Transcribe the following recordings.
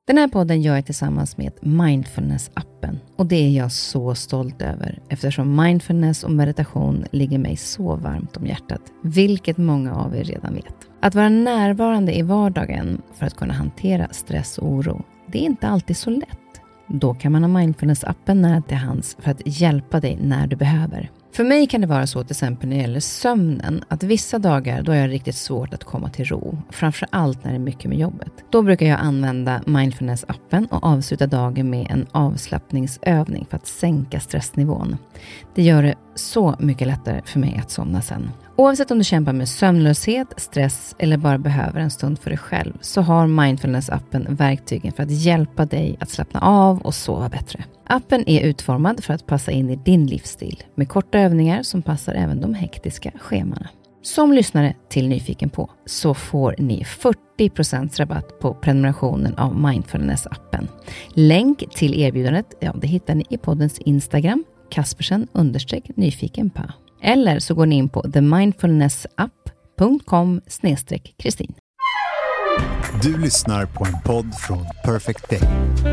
Den här podden gör jag tillsammans med Mindfulness-appen. Och det är jag så stolt över eftersom mindfulness och meditation ligger mig så varmt om hjärtat. Vilket många av er redan vet. Att vara närvarande i vardagen för att kunna hantera stress och oro, det är inte alltid så lätt. Då kan man ha Mindfulness-appen nära till hands för att hjälpa dig när du behöver. För mig kan det vara så till exempel när det gäller sömnen att vissa dagar då är det riktigt svårt att komma till ro. Framförallt när det är mycket med jobbet. Då brukar jag använda Mindfulness-appen och avsluta dagen med en avslappningsövning för att sänka stressnivån. Det gör det så mycket lättare för mig att somna sen. Oavsett om du kämpar med sömnlöshet, stress eller bara behöver en stund för dig själv så har Mindfulness-appen verktygen för att hjälpa dig att slappna av och sova bättre. Appen är utformad för att passa in i din livsstil med korta övningar som passar även de hektiska schemana. Som lyssnare till Nyfiken på så får ni 40% rabatt på prenumerationen av Mindfulness-appen. Länk till erbjudandet, det hittar ni i poddens Instagram, Kaspersen_nyfikenpa. Eller så går ni in på themindfulnessapp.com/Kristin. Du lyssnar på en podd från Perfect Day.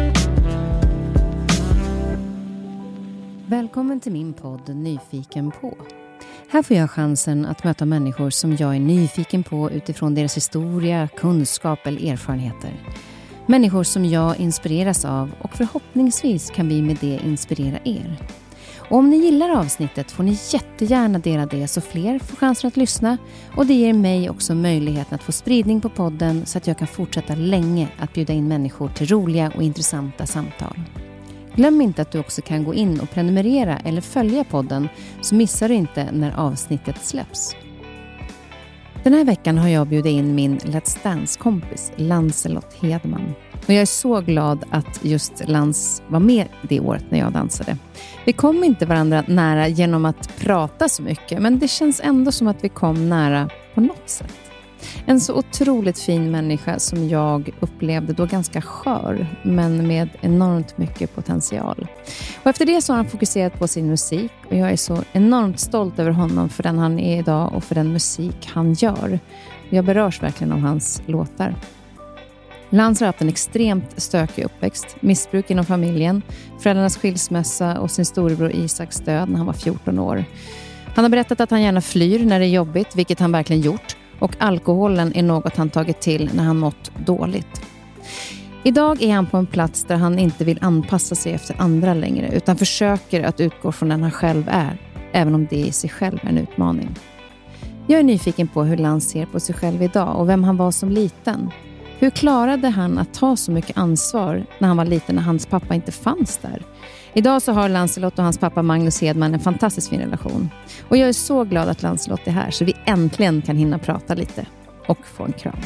Välkommen till min podd Nyfiken på. Här får jag chansen att möta människor som jag är nyfiken på utifrån deras historia, kunskap eller erfarenheter. Människor som jag inspireras av och förhoppningsvis kan vi med det inspirera er. Och om ni gillar avsnittet får ni jättegärna dela det så fler får chansen att lyssna. Och det ger mig också möjligheten att få spridning på podden så att jag kan fortsätta länge att bjuda in människor till roliga och intressanta samtal. Glöm inte att du också kan gå in och prenumerera eller följa podden så missar du inte när avsnittet släpps. Den här veckan har jag bjudit in min Let's Dance-kompis Lancelot Hedman. Och jag är så glad att just Lans var med det året när jag dansade. Vi kom inte varandra nära genom att prata så mycket, men det känns ändå som att vi kom nära på något sätt. En så otroligt fin människa som jag upplevde då ganska skör, men med enormt mycket potential. Och efter det så har han fokuserat på sin musik och jag är så enormt stolt över honom för den han är idag och för den musik han gör. Jag berörs verkligen av hans låtar. Lans har haft en extremt stökig uppväxt, missbruk inom familjen, föräldrarnas skilsmässa och sin storebror Isaks död när han var 14 år. Han har berättat att han gärna flyr när det är jobbigt, vilket han verkligen gjort. Och alkoholen är något han tagit till när han mått dåligt. Idag är han på en plats där han inte vill anpassa sig efter andra längre utan försöker att utgå från den han själv är, även om det i sig själv är en utmaning. Jag är nyfiken på hur Lans ser på sig själv idag och vem han var som liten. Hur klarade han att ta så mycket ansvar när han var liten när hans pappa inte fanns där? Idag så har Lancelot och hans pappa Magnus Hedman en fantastiskt fin relation. Och jag är så glad att Lancelot är här så vi äntligen kan hinna prata lite och få en kram.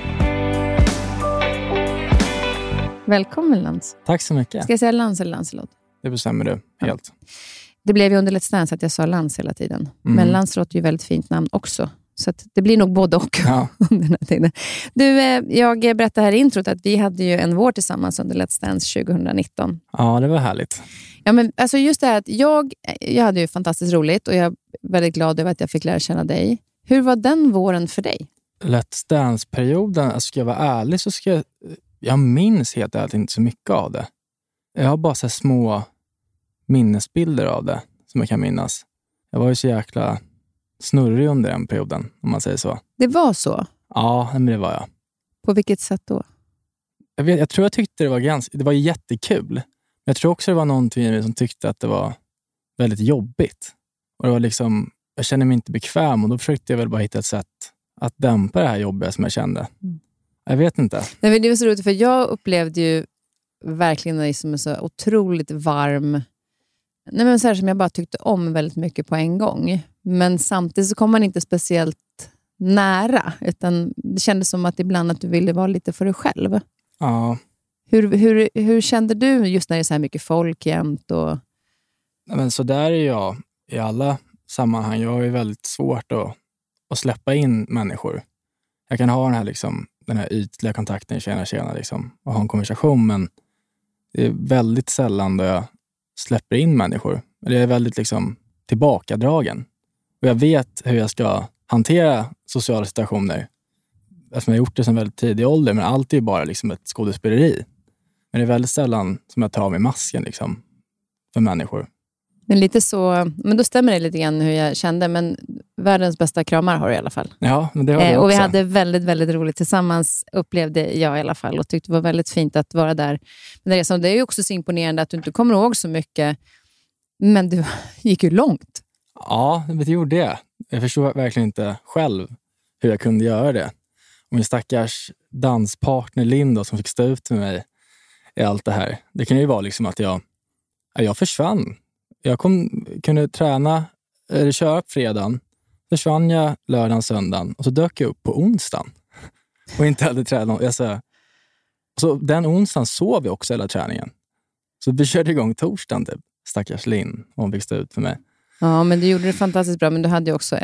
Välkommen Lans. Tack så mycket. Ska jag säga Lans eller Lancelot? Det bestämmer du helt. Ja. Det blev ju under Let's Dance att jag sa Lans hela tiden. Men Lancelot är ju väldigt fint namn också. Så att det blir nog både och under den här tiden. Du, jag berättade här i introt att vi hade ju en vår tillsammans under Let's Dance 2019. Ja, det var härligt. Ja, men alltså just det här att jag hade ju fantastiskt roligt och jag är väldigt glad över att jag fick lära känna dig. Hur var den våren för dig? Let's Dance-perioden, ska jag vara ärlig så jag minns helt ärligt inte så mycket av det. Jag har bara så små minnesbilder av det som jag kan minnas. Jag var ju så jäkla snurrig under den perioden, om man säger så. Det var så? Ja, men det var jag. På vilket sätt då? Jag tror jag tyckte det var jättekul. Men jag tror också det var någonting som tyckte att det var väldigt jobbigt. Och det var liksom, jag kände mig inte bekväm och då försökte jag väl bara hitta ett sätt att dämpa det här jobbiga som jag kände. Jag vet inte. Nej, men det var så roligt för jag upplevde ju verkligen dig som en så otroligt varm. Nej, men så här som jag bara tyckte om väldigt mycket på en gång. Men samtidigt så kom man inte speciellt nära. Utan det kändes som att ibland att du ville vara lite för dig själv. Ja. Hur kände du just när det är så här mycket folk jämt? Och... Nej, men så där är jag i alla sammanhang. Jag har ju väldigt svårt att släppa in människor. Jag kan ha den här ytliga kontakten tjena liksom, och ha en konversation. Men det är väldigt sällan då jag släpper in människor. Det är väldigt tillbakadragen. Och jag vet hur jag ska hantera sociala situationer. Eftersom jag har gjort det som väldigt tidig ålder. Men allt är ju bara ett skådespeleri. Men det är väldigt sällan som jag tar av mig masken liksom, för människor. Men lite så, men då stämmer det lite grann hur jag kände, men världens bästa kramar har du i alla fall. Ja, men det har du också. Och vi hade väldigt, väldigt roligt tillsammans, upplevde jag i alla fall, och tyckte det var väldigt fint att vara där. Men det är ju också så imponerande att du inte kommer ihåg så mycket, men du gick ju långt. Ja, det gjorde jag. Jag förstod verkligen inte själv hur jag kunde göra det. Och min stackars danspartner Linda som fick stå ut med mig i allt det här. Det kan ju vara liksom att jag försvann. Jag kunde träna eller köra på fredagen. Försvann jag lördagen, söndagen. Och så dök jag upp på onsdagen. Och inte hade tränat. Så den onsdagen sov jag också hela träningen. Så vi körde igång torsdagen typ. Stackars Linn. Hon fick stå ut för mig. Ja, men du gjorde det fantastiskt bra. Men du hade ju också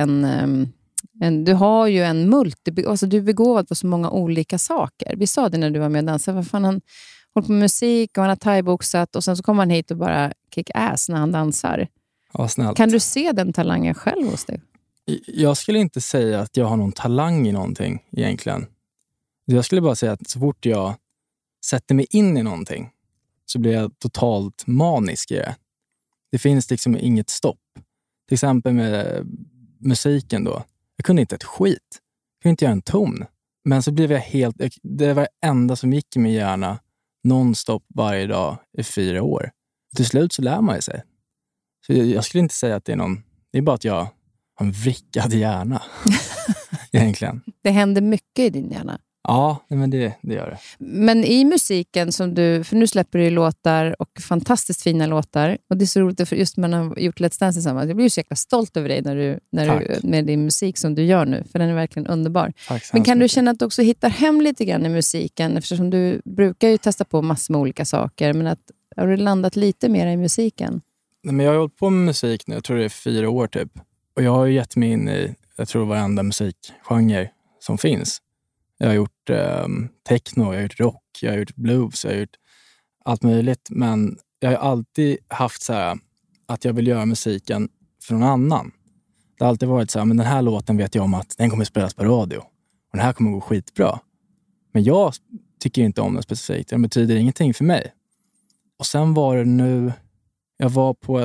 du har ju en alltså du är begåvad på så många olika saker. Vi sa det när du var med och dansade. Vad fan, han håller på med musik och han har thaiboxat. Och sen så kommer han hit och bara kick ass när han dansar. Ja, snällt. Kan du se den talangen själv hos dig? Jag skulle inte säga att jag har någon talang i någonting egentligen. Jag skulle bara säga att så fort jag sätter mig in i någonting så blir jag totalt manisk i det. Det finns liksom inget stopp. Till exempel med musiken då. Jag kunde inte ett skit. Jag kunde inte göra en ton. Men så blev jag det var det enda som gick i min hjärna nonstop varje dag i 4 år. Till slut så lär man sig. Så jag skulle inte säga att det är någon... Det är bara att jag har en vrickad hjärna. Egentligen. Det händer mycket i din hjärna. Ja, men det gör det. Men i musiken som för nu släpper du låtar och fantastiskt fina låtar. Och det är så roligt för just man har gjort Let's Dance tillsammans. Jag blir ju så jäkla stolt över dig när du med din musik som du gör nu. För den är verkligen underbar. Men kan du känna att du också hittar hem lite grann i musiken? Eftersom du brukar ju testa på massor med olika saker. Men har du landat lite mer i musiken? Nej, men jag har hållit på med musik nu. Jag tror det är 4 år typ. Och jag har ju gett mig in i, jag tror varenda musikgenre som finns. Jag har gjort techno, jag har gjort rock, jag har gjort blues, jag har gjort allt möjligt. Men jag har alltid haft så här att jag vill göra musiken för någon annan. Det har alltid varit så här, men den här låten vet jag om att den kommer spelas på radio. Och den här kommer gå skitbra. Men jag tycker inte om den specifikt. Den betyder ingenting för mig. Och sen var det nu, jag var på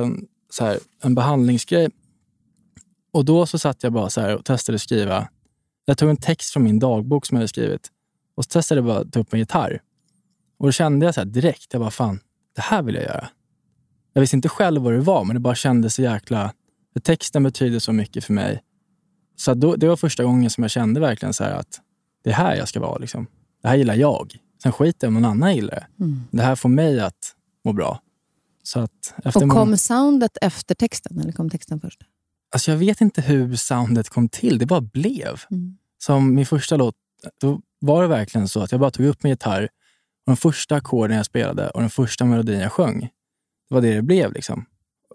en behandlingsgrej. Och då så satt jag bara så här och testade skriva. Jag tog en text från min dagbok som jag hade skrivit. Och så testade jag bara att ta upp en gitarr. Och då kände jag så här direkt. Jag bara, fan, det här vill jag göra. Jag visste inte själv vad det var. Men det bara kändes så jäkla... Texten betyder så mycket för mig. Så det var första gången som jag kände verkligen så här att det är här jag ska vara liksom. Det här gillar jag. Sen skiter jag om någon annan gillar det. Mm. Det här får mig att må bra. Så att efter kom soundet efter texten eller kom texten först? Alltså jag vet inte hur soundet kom till. Det bara blev. Mm. Som min första låt, då var det verkligen så att jag bara tog upp min gitarr och den första ackorden jag spelade och den första melodin jag sjöng. Det var det blev liksom.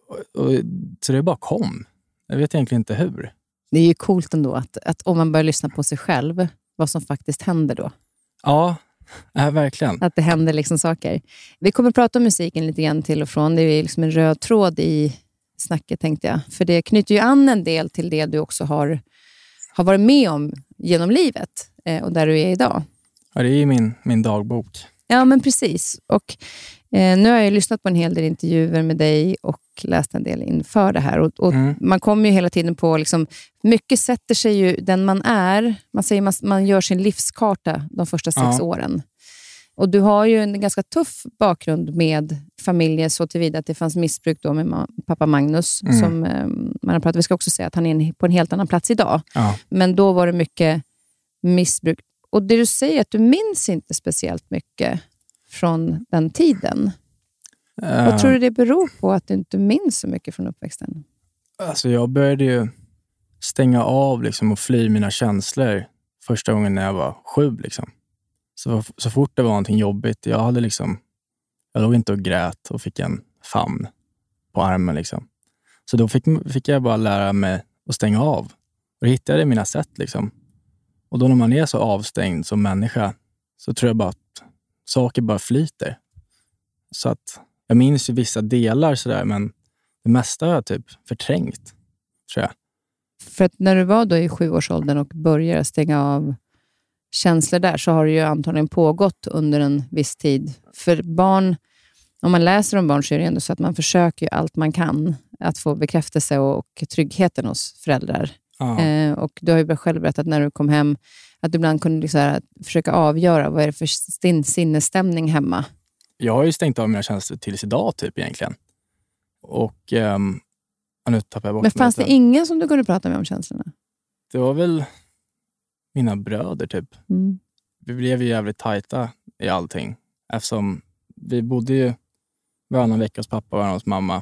Så det bara kom. Jag vet egentligen inte hur. Det är ju coolt ändå att om man börjar lyssna på sig själv, vad som faktiskt händer då. Ja, verkligen. Att det händer liksom saker. Vi kommer att prata om musiken lite grann till och från. Det är liksom en röd tråd i snacket tänkte jag. För det knyter ju an en del till det du också har varit med om genom livet. Och där du är idag. Ja, det är ju min dagbok. Ja, men precis. Och nu har jag ju lyssnat på en hel del intervjuer med dig och läst en del inför det här. Och man kommer ju hela tiden på, liksom, mycket sätter sig ju den man är. Man säger man gör sin livskarta de första 6 åren. Och du har ju en ganska tuff bakgrund med familjer så tillvida att det fanns missbruk då med pappa Magnus. Som man har pratat. Vi ska också säga att han är på en helt annan plats idag. Ja. Men då var det mycket missbruk. Och det du säger att du minns inte speciellt mycket från den tiden. Vad tror du det beror på att du inte minns så mycket från uppväxten? Alltså jag började ju stänga av liksom och fly mina känslor första gången när jag var 7 liksom. Så fort det var någonting jobbigt, jag låg inte och grät och fick en famn på armen liksom. Så då fick jag bara lära mig att stänga av. Och då hittade jag mina sätt liksom. Och då när man är så avstängd som människa så tror jag bara att saker bara flyter. Så att jag minns ju vissa delar sådär, men det mesta har jag typ förträngt, tror jag. För att när du var då i 7-årsåldern och började stänga av känslor där, så har det ju antagligen pågått under en viss tid. För barn, om man läser om barn, så är det ändå så att man försöker ju allt man kan att få bekräftelse och tryggheten hos föräldrar. Och du har ju själv berättat när du kom hem att du ibland kunde liksom försöka avgöra vad är det för sinnesstämning hemma. Jag har ju stängt av mina känslor tills idag typ egentligen. Och nu tappar jag bort. Men fanns det ingen som du kunde prata med om känslorna? Det var väl mina bröder typ. Vi blev ju jävligt tajta i allting. Eftersom vi bodde ju varannan vecka hos pappa och varannan hos mamma.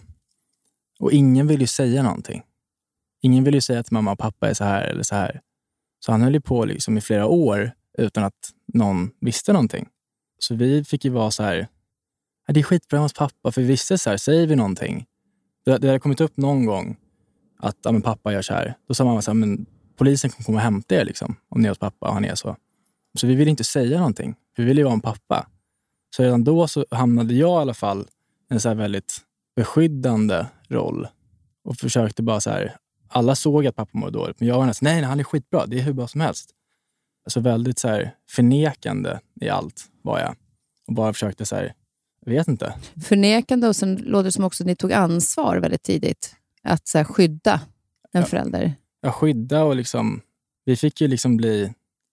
Och ingen ville ju säga någonting. Ingen ville ju säga att mamma och pappa är så här eller så här. Så han höll ju på liksom i flera år utan att någon visste någonting. Så vi fick ju vara så här, det är skitbra hos pappa, för vi visste så här, säger vi någonting. Det hade kommit upp någon gång att men pappa gör så här. Då sa mamma så här, men polisen kommer komma och hämta er liksom, om ni är hos pappa och han är så. Så vi ville inte säga någonting. Vi ville ju vara en pappa. Så redan då så hamnade jag i alla fall i en så här väldigt beskyddande roll. Och försökte bara så här, alla såg att pappa mådde dåligt. Men jag var nästan, nej, han är skitbra. Det är hur bra som helst. Så väldigt så här förnekande i allt var jag. Och bara försökte så här, jag vet inte. Förnekande, och sen låter det som också att ni tog ansvar väldigt tidigt. Att så här, skydda en förälder. Ja, skydda och liksom, vi fick ju liksom bli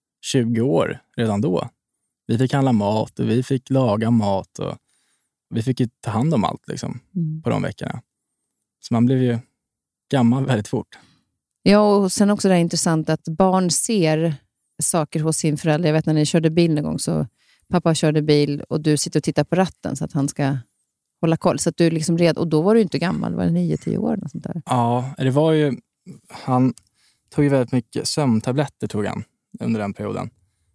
20 år redan då. Vi fick handla mat och vi fick laga mat och vi fick ju ta hand om allt liksom på de veckorna. Så man blev ju gammal väldigt fort. Ja, och sen också det är intressant att barn ser saker hos sin förälder. Jag vet när ni körde bil någon gång, så pappa körde bil och du sitter och tittar på ratten så att han ska hålla koll. Så att du liksom och då var du inte gammal, var det 9-10 år? Och sånt där. Ja, det var ju, han tog ju väldigt mycket sömntabletter tog han under den perioden.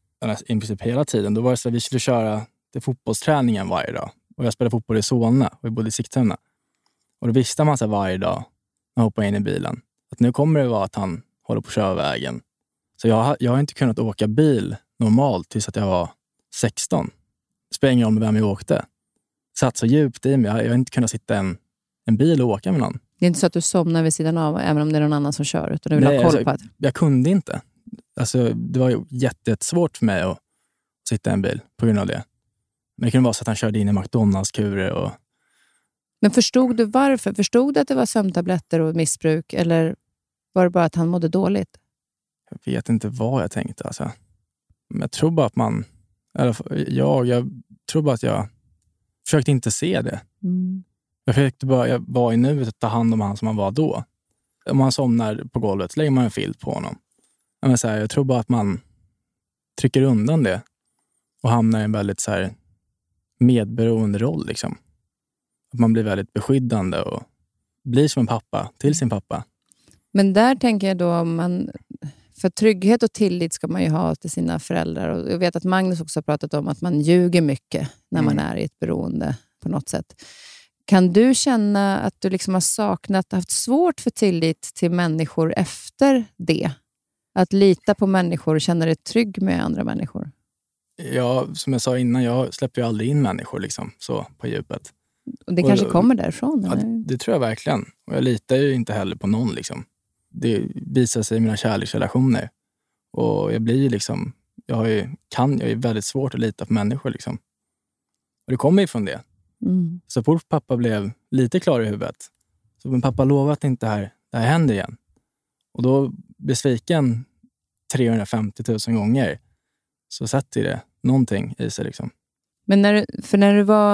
I princip hela tiden. Då var det så att vi skulle köra till fotbollsträningen varje dag. Och jag spelade fotboll i Solna och vi bodde i Sigtuna. Och då visste man så varje dag när jag hoppade in i bilen att nu kommer det vara att han håller på att köra vägen. Så jag har inte kunnat åka bil normalt tills att jag var 16. Det spelar ingen roll med vem jag åkte. Satt så djupt i mig. Jag har inte kunnat sitta i en bil och åka med någon. Det är inte så att du somnar vid sidan av även om det är någon annan som kör, utan du vill ha koll på att... Jag kunde inte. Alltså, det var ju jättesvårt för mig att sitta i en bil på grund av det. Men det kunde vara så att han körde in i McDonalds-kurer och... Men förstod du varför? Förstod du att det var sömntabletter och missbruk? Eller var det bara att han mådde dåligt? Jag vet inte vad jag tänkte. Alltså. Men jag tror bara att man... Jag tror bara att jag försökte inte se det. Jag försökte bara... Jag var i nuet att ta hand om han som han var då. Om han somnar på golvet så lägger man en filt på honom. Men så här, jag tror bara att man trycker undan det och hamnar i en väldigt så här medberoende roll liksom. Att man blir väldigt beskyddande och blir som en pappa till sin pappa. Men där tänker jag då, för trygghet och tillit ska man ju ha till sina föräldrar. Och jag vet att Magnus också har pratat om att man ljuger mycket när man är i ett beroende på något sätt. Kan du känna att du liksom har haft svårt för tillit till människor efter det? Att lita på människor och känna dig trygg med andra människor? Ja, som jag sa innan, jag släpper ju aldrig in människor liksom, så på djupet. Och det kanske kommer därifrån? Ja, det tror jag verkligen. Och jag litar ju inte heller på någon liksom. Det visar sig i mina kärleksrelationer. Och jag blir ju liksom, jag är väldigt svårt att lita på människor liksom. Och det kommer ifrån det. Så fort pappa blev lite klar i huvudet, så men pappa lovade att inte det här händer igen. Och då besviken 350 000 gånger så sätter det någonting i sig liksom. Men när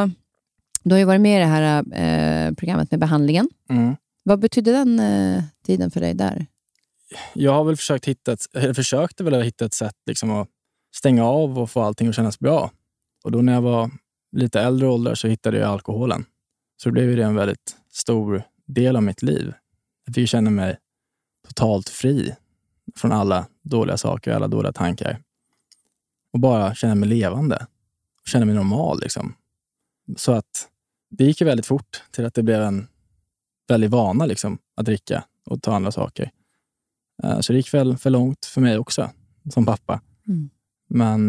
du har ju varit med i det här programmet med behandlingen. Vad betyder den tiden för dig där? Jag har väl försökte hitta ett sätt liksom att stänga av och få allting att kännas bra. Och då när jag var lite äldre ålder så hittade jag alkoholen. Så det blev det en väldigt stor del av mitt liv. Jag fick känna mig totalt fri från alla dåliga saker, alla dåliga tankar. Och bara känna mig levande. Känna mig normal liksom. Så att det gick ju väldigt fort till att det blev en väldigt vana liksom, att dricka och ta andra saker. Så det gick väl för långt för mig också som pappa. Men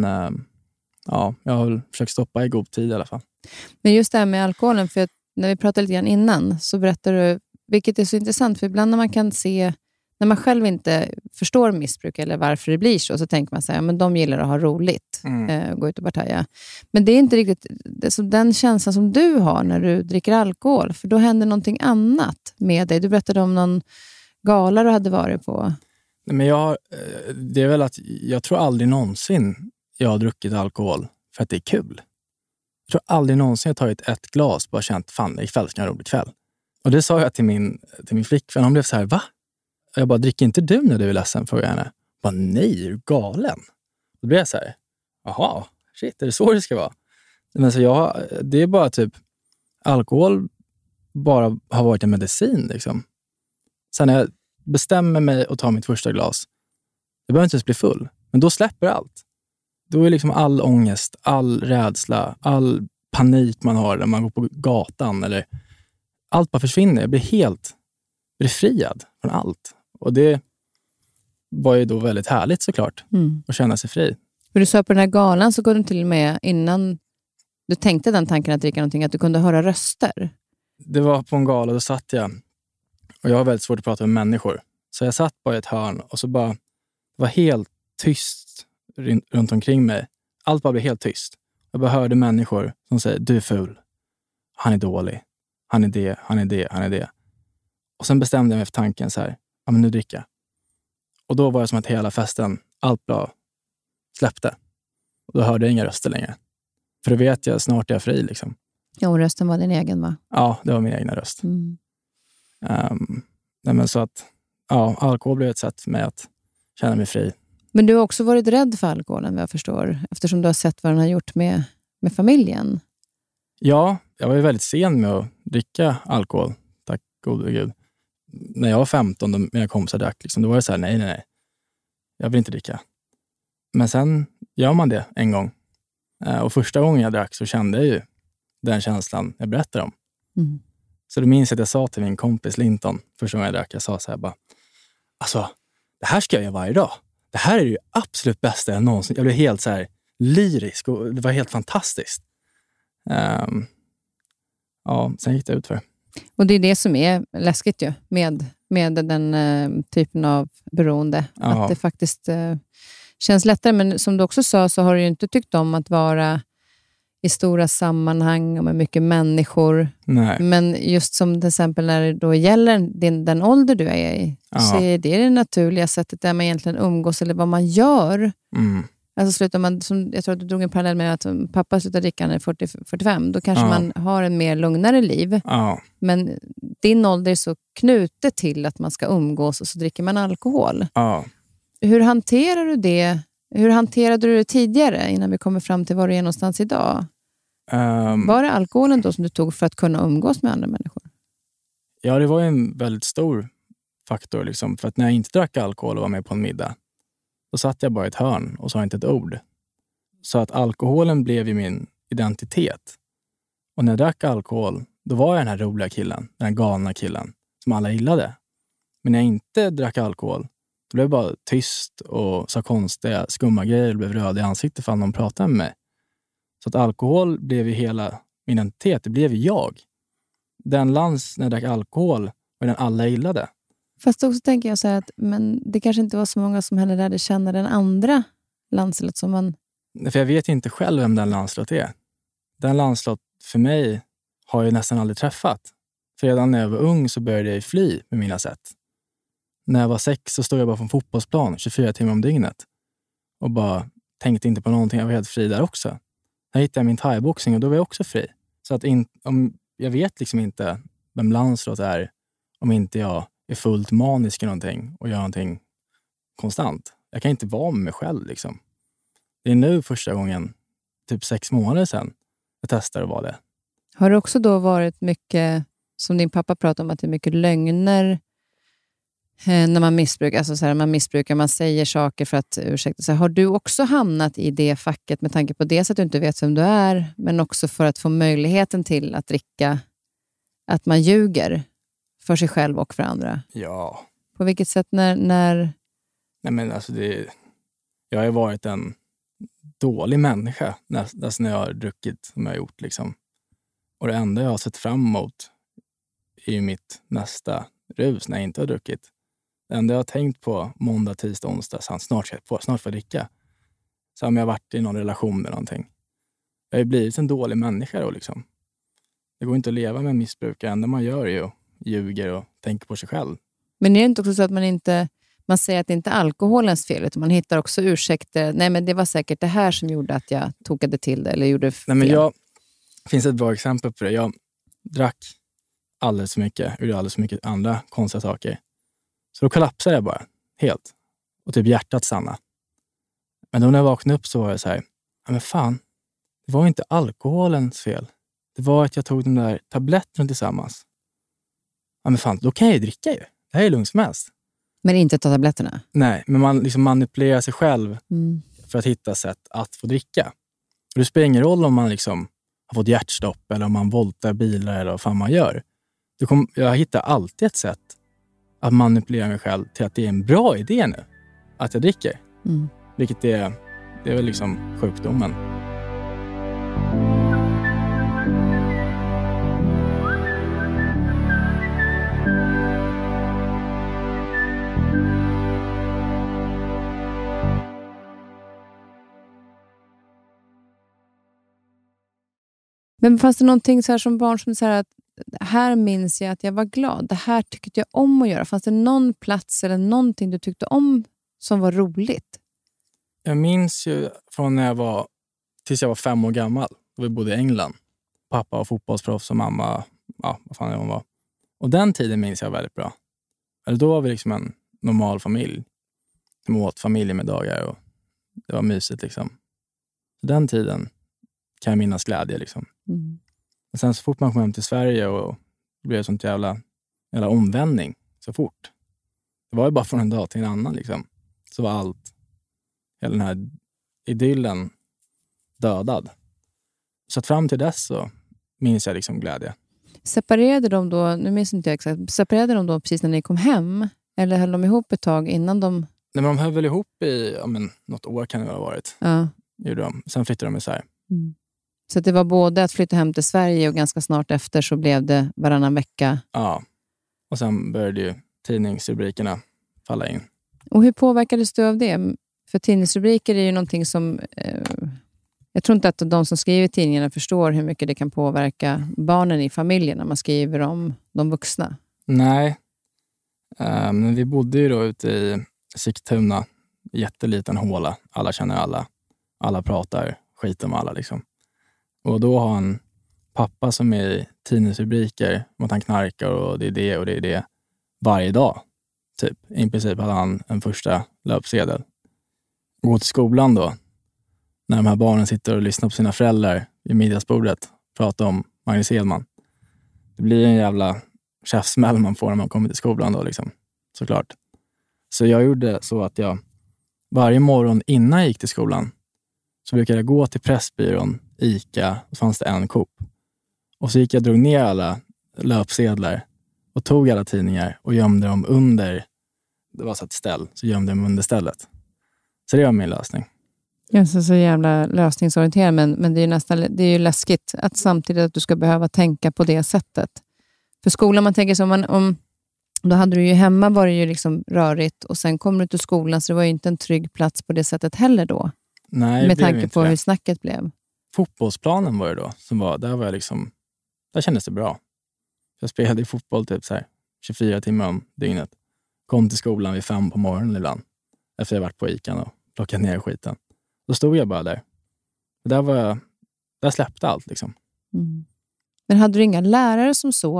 ja, jag har väl försökt stoppa i god tid i alla fall. Men just det här med alkoholen, för när vi pratade lite grann innan så berättade du, vilket är så intressant, för ibland när man kan se när man själv inte förstår missbruk eller varför det blir så tänker man så här, men de gillar att ha roligt, gå ut och partaja. Men det är inte riktigt så den känslan som du har när du dricker alkohol, för då händer någonting annat med dig. Du berättade om någon gala du hade varit på. Nej, men det är väl att jag tror aldrig någonsin jag har druckit alkohol för att det är kul. Jag tror aldrig någonsin jag tagit ett glas och bara känt, fan, ikväll ska jag ha en rolig kväll. Och det sa jag till min flickvän. Hon blev så här, va? Jag bara, dricker inte du när du är ledsen? Frågade jag henne. Jag bara, nej, är du galen? Då blev jag så här, jaha, shit, är det så det ska vara? Men så det är bara typ, alkohol bara har varit en medicin liksom. Sen när jag bestämmer mig och tar mitt första glas, det behöver inte ens bli full, men då släpper allt. Då är liksom all ångest, all rädsla, all panik man har när man går på gatan, eller allt bara försvinner. Jag blir helt befriad från allt. Och det var ju då väldigt härligt såklart, att känna sig fri. För du sa på den här galan så går du till och med innan du tänkte den tanken att dricka någonting, att du kunde höra röster. Det var på en gala, då satt jag, och jag har väldigt svårt att prata med människor. Så jag satt bara i ett hörn och så bara, det var helt tyst runt omkring mig. Allt bara blev helt tyst. Jag bara hörde människor som säger, du är ful, han är dålig, han är det, han är det, han är det. Och sen bestämde jag mig för tanken så här, ja men nu dricker jag. Och då var det som att hela festen, allt bra, släppte. Och då hörde jag inga röster längre. För då vet jag, snart är jag fri liksom. Ja, och rösten var din egen, va? Ja, det var min egna röst. Nej, men så att, ja, alkohol blev ett sätt för mig att känna mig fri. Men du har också varit rädd för alkoholen, vad jag förstår, eftersom du har sett vad den har gjort med familjen. Ja, jag var ju väldigt sen med att dricka alkohol, tack gode Gud. När jag var 15 och mina kompisar drack, liksom, då var det så här, nej, jag vill inte dricka. Men sen gör man det en gång. Och första gången jag drack så kände jag ju den känslan jag berättar om. Så då minns jag att jag sa till min kompis Linton, första gången jag drack, jag sa så här bara, alltså, det här ska jag göra varje dag. Det här är ju absolut bästa jag någonsin. Jag blev helt så här lyrisk och det var helt fantastiskt. Ja, sen gick det ut för. Och det är det som är läskigt ju med den typen av beroende. Ja. Att det faktiskt känns lättare. Men som du också sa så har du ju inte tyckt om att vara i stora sammanhang och med mycket människor. Nej. Men just som till exempel när det då gäller den ålder du är i, så är det naturliga sättet där man egentligen umgås eller vad man gör. Alltså slutar man, som jag tror att du drog en parallell med att pappa slutar dricka när 40-45, då kanske man har en mer lugnare liv. Men din ålder är så knutet till att man ska umgås och så dricker man alkohol. Hur hanterar du det? Hur hanterade du det tidigare innan vi kommer fram till var du är någonstans idag? Var det alkoholen då som du tog för att kunna umgås med andra människor? Ja, det var en väldigt stor faktor. Liksom, för att när jag inte drack alkohol och var med på en middag, då satt jag bara i ett hörn och sa inte ett ord. Så att alkoholen blev ju min identitet. Och när jag drack alkohol, då var jag den här roliga killen, den här galna killen som alla gillade. Men när jag inte drack alkohol, då blev jag bara tyst och sa konstiga, skumma grejer och blev röd i ansiktet för att någon pratade med mig. Så att alkohol blev ju hela min identitet, det blev ju jag. Den Lans när jag drack alkohol var den alla gillade. Fast också tänker jag så här att men det kanske inte var så många som heller lärde känna den andra Lancelot som man... För jag vet inte själv vem den Lancelot är. Den Lancelot för mig har jag nästan aldrig träffat. För redan när jag var ung så började jag fly med mina sätt. När jag var 6 så stod jag bara på en fotbollsplan 24 timmar om dygnet. Och bara tänkte inte på någonting, jag var helt fri där också. Där hittade jag min thaiboxning och då var jag också fri. Så att jag vet liksom inte vem Lancelot är om inte jag är fullt manisk i någonting och gör någonting konstant. Jag kan inte vara med mig själv liksom. Det är nu första gången, typ 6 månader sedan, jag testar att vara det. Har det också då varit mycket, som din pappa pratade om, att det är mycket lögner när man missbrukar, alltså så här, man säger saker för att ursäkta sig. Har du också hamnat i det facket med tanke på det så att du inte vet vem du är, men också för att få möjligheten till att dricka, att man ljuger för sig själv och för andra? Ja. På vilket sätt när... Nej men alltså jag har ju varit en dålig människa när jag har druckit som jag har gjort liksom. Och det enda jag har sett fram emot är ju mitt nästa rus när jag inte har druckit. Det enda jag har tänkt på måndag, tisdag, onsdag, så snart får jag dricka. Så om jag har varit i någon relation med någonting. Jag har ju blivit en dålig människa då liksom. Det går inte att leva med en missbrukare. Det enda man gör är ju ljuger och tänker på sig själv. Men är det inte också så att man säger att det inte är alkoholens fel, utan man hittar också ursäkter. Nej, men det var säkert det här som gjorde att jag tokade till det eller gjorde fel. Nej, men det finns ett bra exempel på det. Jag drack alldeles för mycket, gjorde alldeles för mycket andra konstiga saker. Så då kollapsade jag bara helt. Och typ hjärtat stanna. Men då när jag vaknade upp så var jag så här, men fan, det var inte alkoholens fel. Det var att jag tog de där tabletterna tillsammans. Ja men fan, då kan jag ju dricka ju. Det här är lugnt som helst. Men inte ta tabletterna? Nej, men man liksom manipulerar sig själv för att hitta sätt att få dricka. Och det spelar ingen roll om man liksom har fått hjärtstopp eller om man voltar bilar eller vad fan man gör. Jag hittar alltid ett sätt att manipulera mig själv till att det är en bra idé nu. Att jag dricker. Vilket det är väl liksom sjukdomen. Men fanns det någonting så här som barn som så här att här minns jag att jag var glad. Det här tyckte jag om att göra. Fanns det någon plats eller någonting du tyckte om som var roligt? Jag minns ju från när jag var tills jag var 5 år gammal. Då vi bodde i England. Pappa var fotbollsproffs och mamma, ja, vad fan hon var. Och den tiden minns jag väldigt bra. Eller då var vi liksom en normal familj. Som åt familjemiddagar och det var mysigt liksom. Så den tiden kan jag minnas glädje liksom. Men sen så fort man kom hem till Sverige och det blev sånt jävla omvändning så fort. Det var ju bara från en dag till en annan liksom. Så var allt, hela den här idyllen dödad. Så att fram till dess så minns jag liksom glädje. Separerade de då, nu minns inte jag exakt, separerade de då precis när ni kom hem? Eller höll de ihop ett tag innan de... Nej, men de höll väl ihop i något år kan det ha varit. Ja. Gjorde de. Sen flyttade de isär. Så att det var både att flytta hem till Sverige och ganska snart efter så blev det varannan vecka. Ja, och sen började ju tidningsrubrikerna falla in. Och hur påverkades du av det? För tidningsrubriker är ju någonting som... jag tror inte att de som skriver tidningarna förstår hur mycket det kan påverka barnen i familjen när man skriver om de vuxna. Nej, men vi bodde ju då ute i Sigtuna, jätteliten håla. Alla känner alla. Alla pratar skit om alla liksom. Och då har han pappa som är i tidningsrubriker om att han knarkar och det är det och det är det varje dag. Typ. I princip hade han en första löpsedel. Gå till skolan då. När de här barnen sitter och lyssnar på sina föräldrar i middagsbordet. Pratar om Magnus Hedman. Det blir en jävla käftsmäll man får när man kommer till skolan då liksom. Såklart. Så jag gjorde så att jag varje morgon innan jag gick till skolan så brukade jag gå till Pressbyrån, ICA, och så fanns det en Coop. Och så gick jag och drog ner alla löpsedlar och tog alla tidningar och gömde dem under, det var så ett ställ, så gömde jag dem under stället. Så det var min lösning. Jag är så jävla lösningsorienterad, men det är ju nästan, det är ju läskigt att samtidigt att du ska behöva tänka på det sättet. För skolan, man tänker som om då hade du ju hemma var det ju liksom rörigt och sen kommer du till skolan så det var ju inte en trygg plats på det sättet heller då. Nej, med tanke på hur snacket blev. Fotbollsplanen var det då, där var jag liksom, där kändes det bra. Jag spelade i fotboll typ så här 24 timmar om dygnet. Kom till skolan vid 5 på morgonen ibland. Efter jag varit på ICA och plockat ner skiten. Då stod jag bara där. Och där släppte allt liksom. Men hade du inga lärare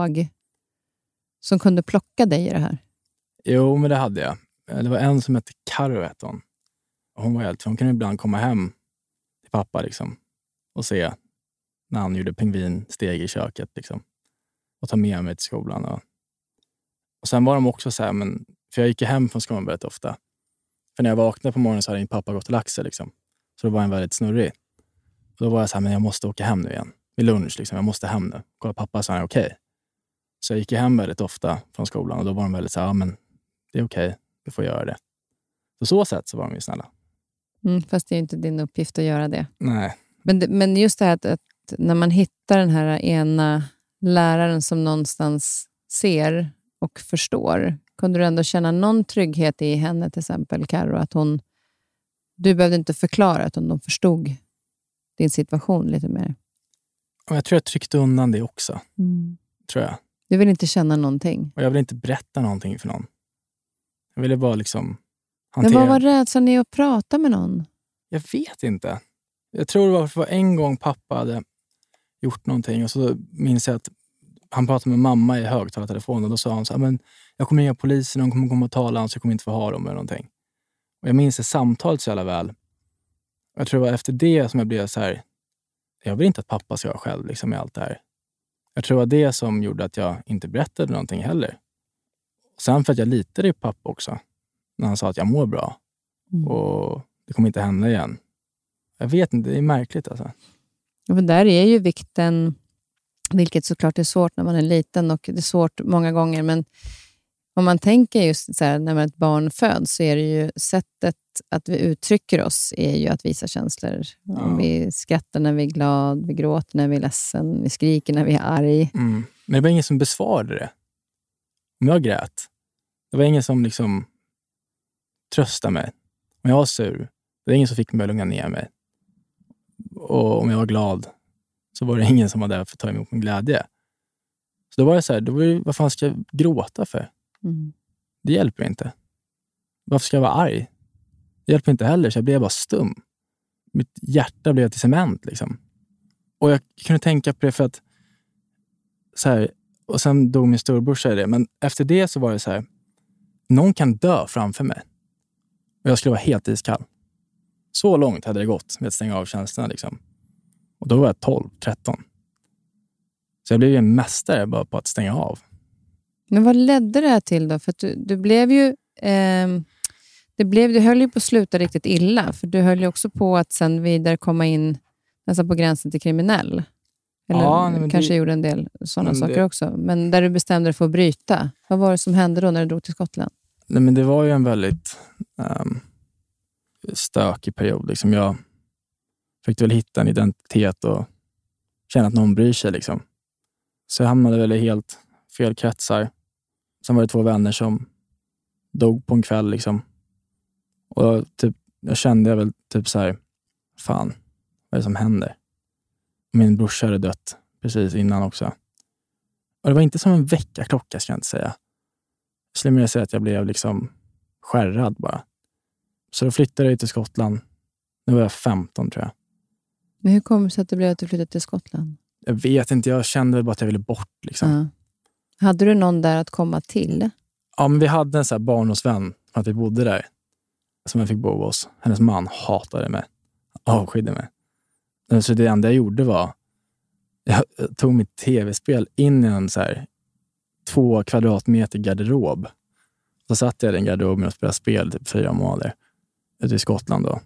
som kunde plocka dig i det här? Jo, men det hade jag. Det var en som hette Karo, hette hon. Hon var helt, hon kunde ibland komma hem till pappa liksom. Och se när han gjorde pingvinsteg i köket liksom. Och ta med mig till skolan. Och sen var de också så här, för jag gick hem från skolan väldigt ofta. För när jag vaknade på morgonen så hade min pappa gått till Laxer liksom. Så då var han väldigt snurrig. Och då var jag så här, men jag måste åka hem nu igen. Vid lunch liksom, jag måste hem nu. Kolla pappa, så han är okej. Så jag gick hem väldigt ofta från skolan. Och då var de väldigt så här, ja men det är okej, du får göra det. Så sätt så var de ju snälla. Fast det är inte din uppgift att göra det. Nej. Men just det här att när man hittar den här ena läraren som någonstans ser och förstår. kunde du ändå känna någon trygghet i henne, till exempel Karo, att du behövde inte förklara, utan de förstod din situation lite mer? Och jag tror jag tryckte undan det också. Tror jag. Du vill inte känna någonting? Och jag vill inte berätta någonting för någon. Jag ville bara liksom hantera. Men vad var rädslan i att prata med någon? Jag vet inte. Jag tror det var en gång pappa hade gjort någonting och så minns jag att han pratade med mamma i högtalartelefonen och då sa han så här, men jag kommer ringa polisen, de kommer komma och tala, så jag kommer inte få ha dem eller någonting. Och jag minns det samtalet så jävla väl. Jag tror det var efter det som jag blev så här, jag vill inte att pappa ska vara själv liksom, i allt det här. Jag tror det var det som gjorde att jag inte berättade någonting heller. Sen för att jag litade på pappa också. När han sa att jag mår bra. Och det kommer inte hända igen. Jag vet inte, det är märkligt alltså. Ja, men där är ju vikten, vilket såklart är svårt när man är liten och det är svårt många gånger, men om man tänker just så här, när ett barn föds så är det ju sättet att vi uttrycker oss är ju att visa känslor. Ja. Om vi skrattar när vi är glad, vi gråter när vi är ledsen, vi skriker när vi är arg. Men det var ingen som besvarade det. Om jag grät, det var ingen som liksom tröstade mig. Om jag var sur, det var ingen som fick mig att lugna ner mig. Och om jag var glad så var det ingen som var där för att ta emot min glädje. Så då var det så här, vad fan ska jag gråta för? Det hjälper inte. Varför ska jag vara arg? Det hjälper inte heller, så jag blev bara stum. Mitt hjärta blev till cement liksom. Och jag kunde tänka på det för att så här, och sen dog min storbrorsa i det. Men efter det så var det så här, någon kan dö framför mig. Och jag skulle vara helt iskall. Så långt hade det gått med att stänga av känslorna liksom. Och då var jag 12, 13. Så jag blev ju en mästare bara på att stänga av. Men vad ledde det här till då? För att du blev ju... du höll ju på att sluta riktigt illa. För du höll ju också på att sen vidare komma in nästan på gränsen till kriminell. Eller ja, kanske gjorde en del sådana saker också. Men där du bestämde dig för att bryta. Vad var det som hände då när du drog till Skottland? Nej, men det var ju en väldigt stökig period. Liksom. Jag fick väl hitta en identitet och känna att någon bryr sig. Liksom. Så jag hamnade väl i helt fel kretsar. Sen var det 2 vänner som dog på en kväll. Liksom. Och jag kände väl typ så här, fan, vad är det som händer? Min brorsa hade dött precis innan också. Och det var inte som en väckarklocka, ska jag inte säga. Jag skulle mer säga att jag blev liksom skärrad bara. Så då flyttade jag till Skottland. Nu var jag 15 tror jag. Men hur kom det sig att det blev att du flyttade till Skottland? Jag vet inte, jag kände väl bara att jag ville bort liksom. Hade du någon där att komma till? Ja, men vi hade en sån här barndomsvän för att vi bodde där. Som jag fick bo hos. Hennes man hatade mig. Avskydde mig. Så det enda jag gjorde var jag tog mitt tv-spel in i en så här 2 kvadratmeter garderob. Så satt jag i den garderoben och spelade spel typ 4 månader ute i Skottland då.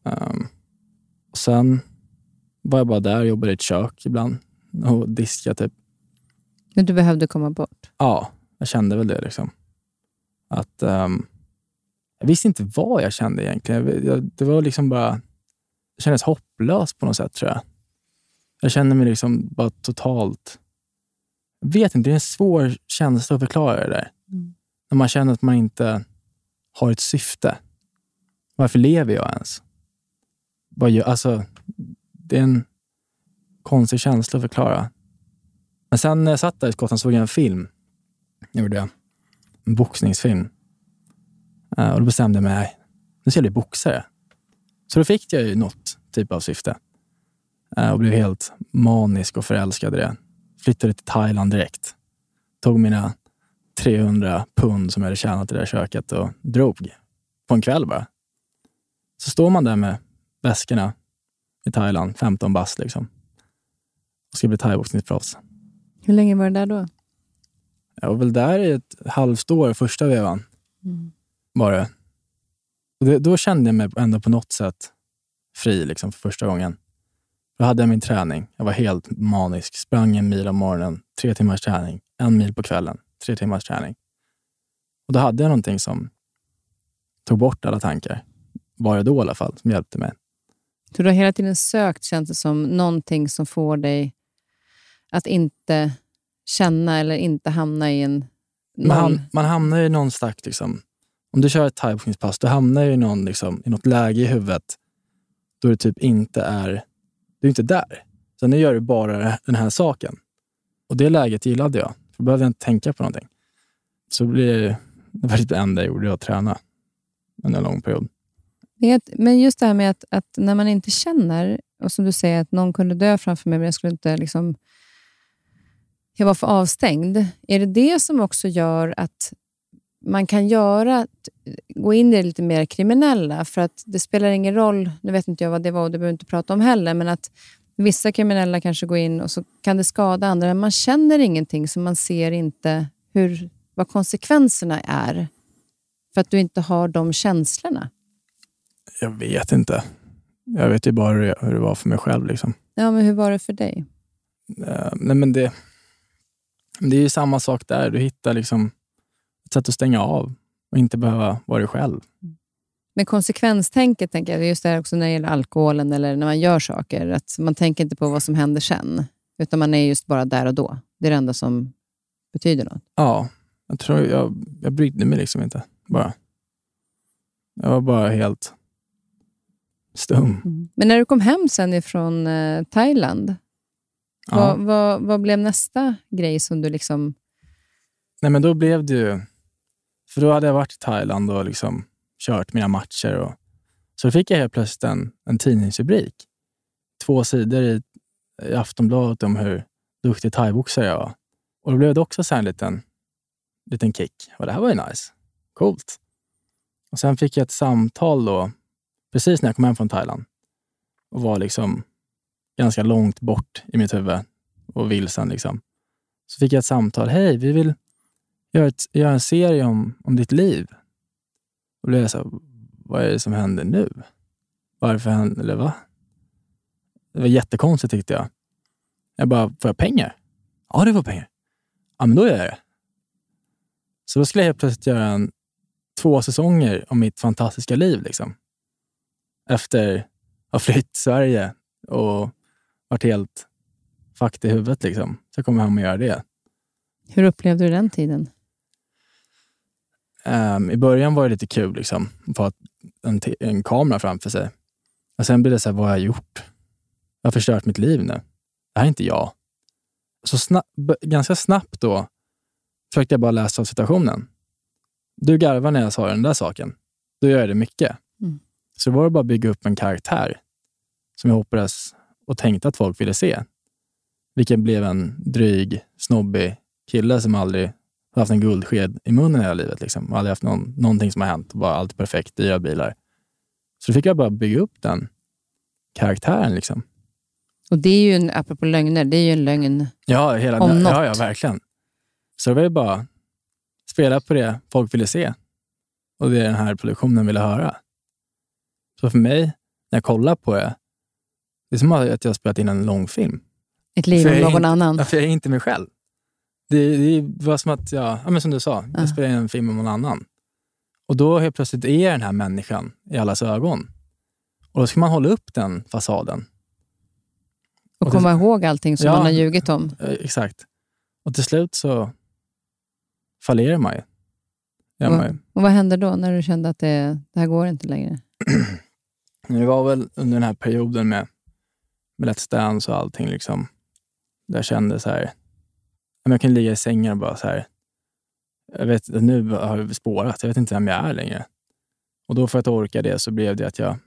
Och sen var jag bara där och jobbade i ett kök ibland och diskade typ. Men du behövde komma bort? Ja, jag kände väl det liksom. Att jag visste inte vad jag kände egentligen. Det var liksom bara, det kändes hopplöst på något sätt tror jag. Jag kände mig liksom bara totalt, jag vet inte, det är en svår känsla att förklara det där. När man känner att man inte har ett syfte. Varför lever jag ens? Alltså, det är en konstig känsla att förklara. Men sen när jag satt där i Skottland såg jag en film. Gjorde jag. En boxningsfilm. Och då bestämde jag mig, nu ska jag bli boxare. Så då fick jag ju något typ av syfte. Och blev helt manisk och förälskad i det. Flyttade till Thailand direkt. Tog mina 300 pund som jag hade tjänat i det där köket och drog på en kväll bara. Så står man där med väskorna i Thailand, 15 bast liksom. Och ska bli thaiboxningsproffs. Hur länge var det där då? Jag var väl där i ett halvt år, första vevan. Var det. Och då kände jag mig ändå på något sätt fri liksom för första gången. Då hade jag min träning. Jag var helt manisk. Sprang 1 mil om morgonen, 3 timmars träning. 1 mil på kvällen, 3 timmars träning. Och då hade jag någonting som tog bort alla tankar. Var det då i alla fall, som hjälpte mig. Så du har hela tiden sökt, känns det som, någonting som får dig att inte känna eller inte hamna i en Man hamnar ju i någon slags liksom, om du kör ett thaiboxningspass, du hamnar ju i något läge i huvudet då du typ inte är där. Så nu gör du bara den här saken. Och det läget gillade jag. Då behövde jag inte tänka på någonting. Så det var det enda jag gjorde, att träna under en lång period. Men just det här med att när man inte känner, och som du säger att någon kunde dö framför mig men jag skulle inte liksom, jag var för avstängd. Är det som också gör att man kan gå in i det lite mer kriminella? För att det spelar ingen roll, nu vet inte jag vad det var och det behöver inte prata om heller, men att vissa kriminella kanske går in och så kan det skada andra, men man känner ingenting, så man ser inte vad konsekvenserna är för att du inte har de känslorna. Jag vet inte. Jag vet ju bara hur det var för mig själv. Liksom. Ja, men hur var det för dig? Nej, men det är ju samma sak där. Du hittar liksom ett sätt att stänga av och inte behöva vara dig själv. Men konsekvenstänket, tänker jag, just det här också när det gäller alkoholen eller när man gör saker, att man tänker inte på vad som händer sen, utan man är just bara där och då. Det är det enda som betyder något. Ja, jag tror jag brydde mig liksom inte. Jag var bara helt stum. Men när du kom hem sen ifrån Thailand, vad blev nästa grej som du liksom... Nej, men då blev det ju... För då hade jag varit i Thailand och liksom kört mina matcher. Så då fick jag helt plötsligt en tidningsrubrik. 2 sidor i Aftonbladet om hur duktig thaiboxare jag var. Och då blev det också så här en liten kick. Och det här var ju nice. Coolt. Och sen fick jag ett samtal då, precis när jag kom hem från Thailand. Och var liksom ganska långt bort i mitt huvud. Och vilsen liksom. Så fick jag ett samtal. Hej, vi vill göra en serie om ditt liv. Och då blev jag så här, vad är det som händer nu? Varför händer det, va? Det var jättekonstigt tyckte jag. Jag bara, får jag pengar? Ja, du får pengar. Ja, men då gör jag det. Så då skulle jag helt plötsligt göra 2 säsonger om mitt fantastiska liv liksom. Efter att ha flytt till Sverige och varit helt fakt i huvudet liksom. Så kom jag hem och göra det. Hur upplevde du den tiden? I början var det lite kul liksom. Att få en kamera framför sig. Och sen blev det så här, vad har jag gjort? Jag har förstört mitt liv nu. Det här är inte jag. Så ganska snabbt då försökte jag bara läsa av situationen. Du garvar när jag sa den där saken. Då gör jag det mycket. Så det var bara att bygga upp en karaktär som jag hoppades och tänkte att folk ville se. Vilken blev en dryg, snobbig kille som aldrig haft en guldsked i munnen hela livet. Liksom. Aldrig haft någonting som har hänt. Bara allt perfekt, dyra bilar. Så då fick jag bara bygga upp den karaktären liksom. Och det är ju apropå lögner, det är ju en lögn om något. Ja, verkligen. Så det var ju bara spela på det folk ville se. Och det den här produktionen ville höra. Så för mig, när jag kollar på det, det är som att jag har spelat in en lång film. Ett liv om någon annan. För jag är inte mig själv. Det var som att men som du sa, jag spelar in en film om någon annan. Och då helt plötsligt är den här människan i allas ögon. Och då ska man hålla upp den fasaden. Och komma ihåg allting som man har ljugit om. Exakt. Och till slut så fallerar man ju. Och vad hände då när du kände att det här går inte längre? Det var väl under den här perioden med Let's Dance och allting liksom. Där jag kände så här. Jag kan ligga i sängen och bara så här. Jag vet, nu har jag spårat. Jag vet inte vem jag är längre. Och då för att orka det så blev det att jag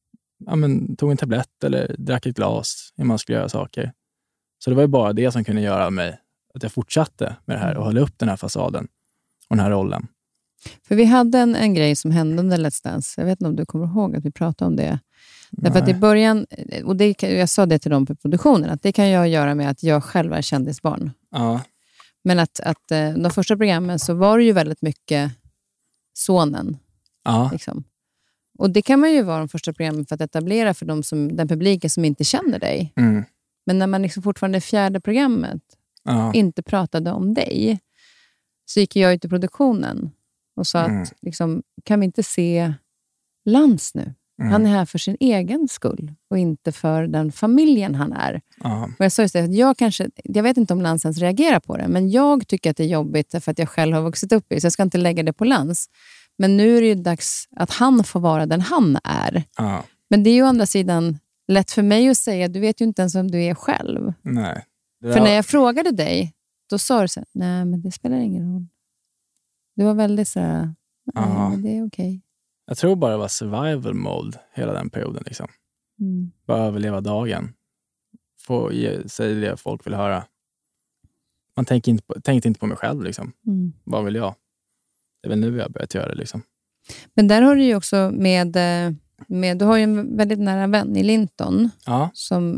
tog en tablett eller drack ett glas innan man skulle göra saker. Så det var ju bara det som kunde göra mig att jag fortsatte med det här och hålla upp den här fasaden och den här rollen. För vi hade en grej som hände under Let's Dance. Jag vet inte om du kommer ihåg att vi pratade om det. Därför att i början, och jag sa det till dem på produktionen, att det kan jag göra med att jag själv är kändisbarn. Ja. Men att de första programmen så var det ju väldigt mycket sonen. Ja. Liksom. Och det kan man ju vara de första programmen för att etablera för den publiken som inte känner dig. Mm. Men när man liksom fortfarande i 4:e programmet inte pratade om dig, så gick jag ut i produktionen och sa att liksom, kan vi inte se Lans nu? Han är här för sin egen skull och inte för den familjen han är. Och jag sa just det, att jag vet inte om Lans ens reagerar på det, men jag tycker att det är jobbigt för att jag själv har vuxit upp i, så jag ska inte lägga det på Lans. Men nu är det ju dags att han får vara den han är. Men det är ju å andra sidan lätt för mig att säga, du vet ju inte ens vem du är själv. Nej. För när jag frågade dig, då sa du så här, nej men det spelar ingen roll. Du var väldigt så här, nej men det är okej. Jag tror bara det var survival mode hela den perioden. Liksom. Bara överleva dagen. Få säga det folk vill höra. Man tänkte inte på mig själv. Liksom. Vad vill jag? Det är väl nu jag börjat göra det. Liksom. Men där har du ju också med du har ju en väldigt nära vän i Linton. Ja.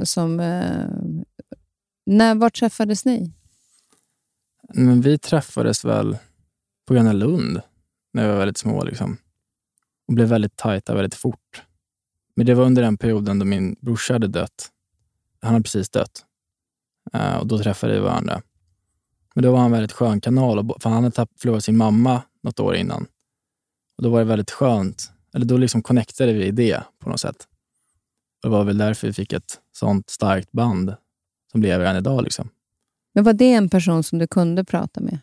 Var träffades ni? Men vi träffades väl på Gröna Lund när vi var väldigt små. Liksom. Och blev väldigt tajta väldigt fort. Men det var under den perioden då min brorsa hade dött. Han hade precis dött. Och då träffade vi varandra. Men då var han en väldigt skön kanal. För han hade förlorat sin mamma något år innan. Och då var det väldigt skönt. Eller då liksom connectade vi i det på något sätt. Och det var väl därför vi fick ett sånt starkt band som lever än idag. Liksom. Men var det en person som du kunde prata med?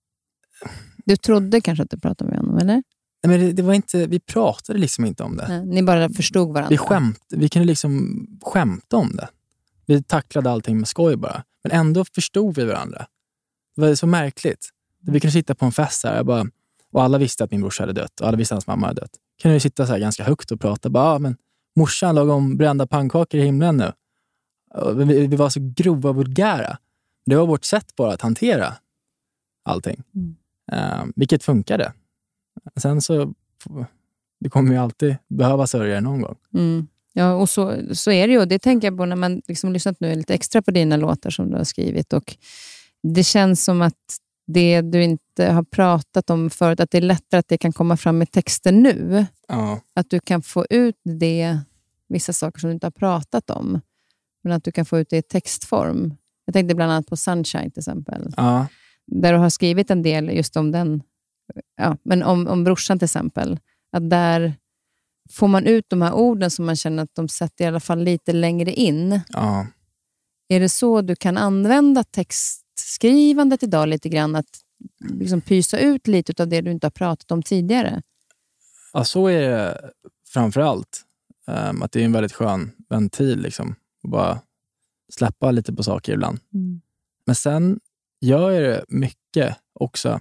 Du trodde kanske att du pratade med honom, eller? Nej, men det var inte, vi pratade liksom inte om det. Nej, ni bara förstod varandra. Vi kunde liksom skämta om det. Vi tacklade allting med skoj bara. Men ändå förstod vi varandra. Det var så märkligt. Vi kunde sitta på en fest här och alla visste att min brorsa hade dött. Och alla visste att hans mamma hade dött. Kunde vi sitta så här ganska högt och prata. Men morsan lagade om brända pannkakor i himlen nu. Och vi var så grova och vulgära. Det var vårt sätt bara att hantera allting. Vilket funkade. Sen så det kommer ju alltid behöva sörja någon gång. Ja, och så är det ju. Det tänker jag på när man liksom lyssnat nu lite extra på dina låtar som du har skrivit. Och det känns som att det du inte har pratat om förut, att det är lättare att det kan komma fram i texter nu. Ja. Att du kan få ut vissa saker som du inte har pratat om. Men att du kan få ut det i textform. Jag tänkte bland annat på Sunshine till exempel. Ja. Där du har skrivit en del just om den. Ja, men om brorsan till exempel. Att där får man ut de här orden som man känner att de sätter i alla fall lite längre in. Ja. Är det så du kan använda textskrivandet idag lite grann? Att liksom pysa ut lite av det du inte har pratat om tidigare? Ja, så är det framförallt. Att det är en väldigt skön ventil liksom. Och bara släppa lite på saker ibland. Men sen gör jag det mycket också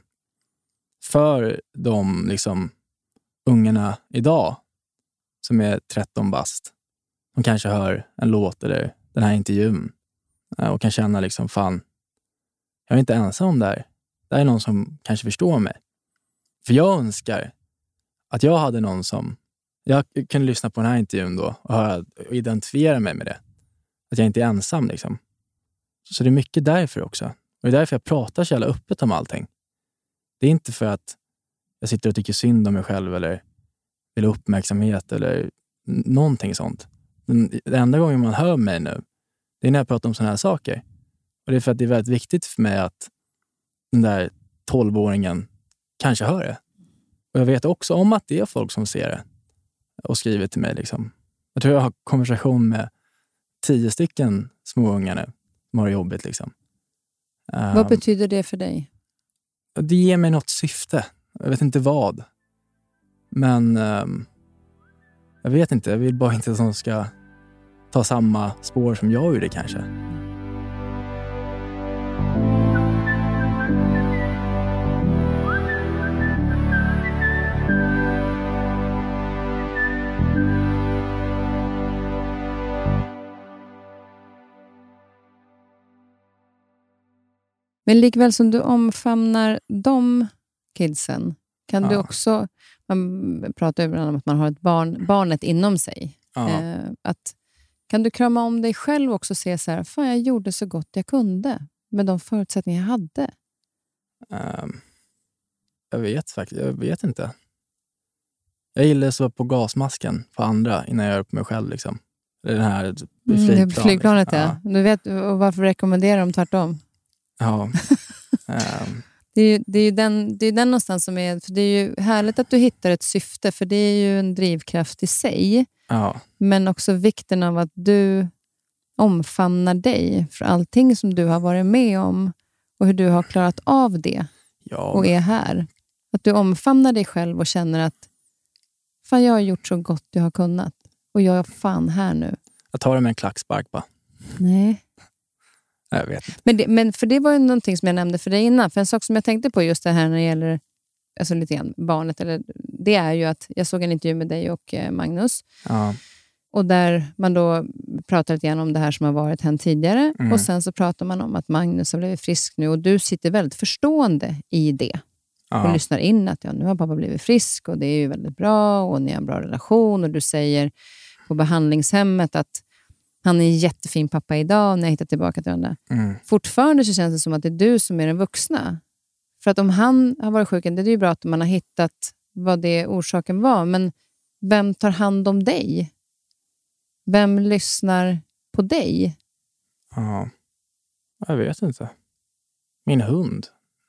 för de liksom ungarna idag som är 13 bast. De kanske hör en låt eller den här intervjun och kan känna liksom, fan, jag är inte ensam om det här. Det är någon som kanske förstår mig. För jag önskar att jag hade någon som jag kunde lyssna på den här intervjun då och identifiera mig med det. Att jag inte är ensam liksom. Så det är mycket därför också. Och det är därför jag pratar så jävla öppet om allting. Det är inte för att jag sitter och tycker synd om mig själv eller vill ha uppmärksamhet eller någonting sånt. Den enda gången man hör mig nu, det är när jag pratar om såna här saker. Och det är för att det är väldigt viktigt för mig att den där 12-åringen kanske hör det. Och jag vet också om att det är folk som ser det och skriver till mig liksom. Jag tror jag har konversation med 10 stycken små unga nu som har det jobbigt liksom. Vad betyder det för dig? Det ger mig något syfte. Jag vet inte vad. Men jag vet inte. Jag vill bara inte att de ska ta samma spår som jag gjorde kanske. Men likväl som du omfamnar de kidsen, kan du också, man pratar ibland om att man har ett barnet inom sig. Kan du krama om dig själv också och säga så här, fan jag gjorde så gott jag kunde med de förutsättningar jag hade? Jag vet inte. Jag gillar att stå på gasmasken på andra innan jag gör på mig själv liksom. Den här flygplanet liksom. Ja. Du vet, och varför rekommenderar de tvärtom? Ja. Det är ju den någonstans som är... För det är ju härligt att du hittar ett syfte, för det är ju en drivkraft i sig. Ja. Men också vikten av att du omfamnar dig för allting som du har varit med om och hur du har klarat av det och är här. Att du omfamnar dig själv och känner att fan, jag har gjort så gott jag har kunnat och jag är fan här nu. Jag tar det med en klackspark bara. Nej. Jag vet inte. Men för det var ju någonting som jag nämnde för dig innan. För en sak som jag tänkte på just det här när det gäller alltså lite grann barnet, eller, det är ju att jag såg en intervju med dig och Magnus. Ja. Och där man då pratar lite grann om det här som har hänt tidigare. Och sen så pratar man om att Magnus har blivit frisk nu. Och du sitter väldigt förstående i det. Ja. Och lyssnar in att nu har pappa blivit frisk och det är ju väldigt bra. Och ni har en bra relation. Och du säger på behandlingshemmet att han är en jättefin pappa idag. Och ni har hittat tillbaka till varandra. Fortfarande så känns det som att det är du som är den vuxna. För att om han har varit sjuk, det är ju bra att man har hittat vad det orsaken var. Men vem tar hand om dig? Vem lyssnar på dig? Ja, jag vet inte. Min hund.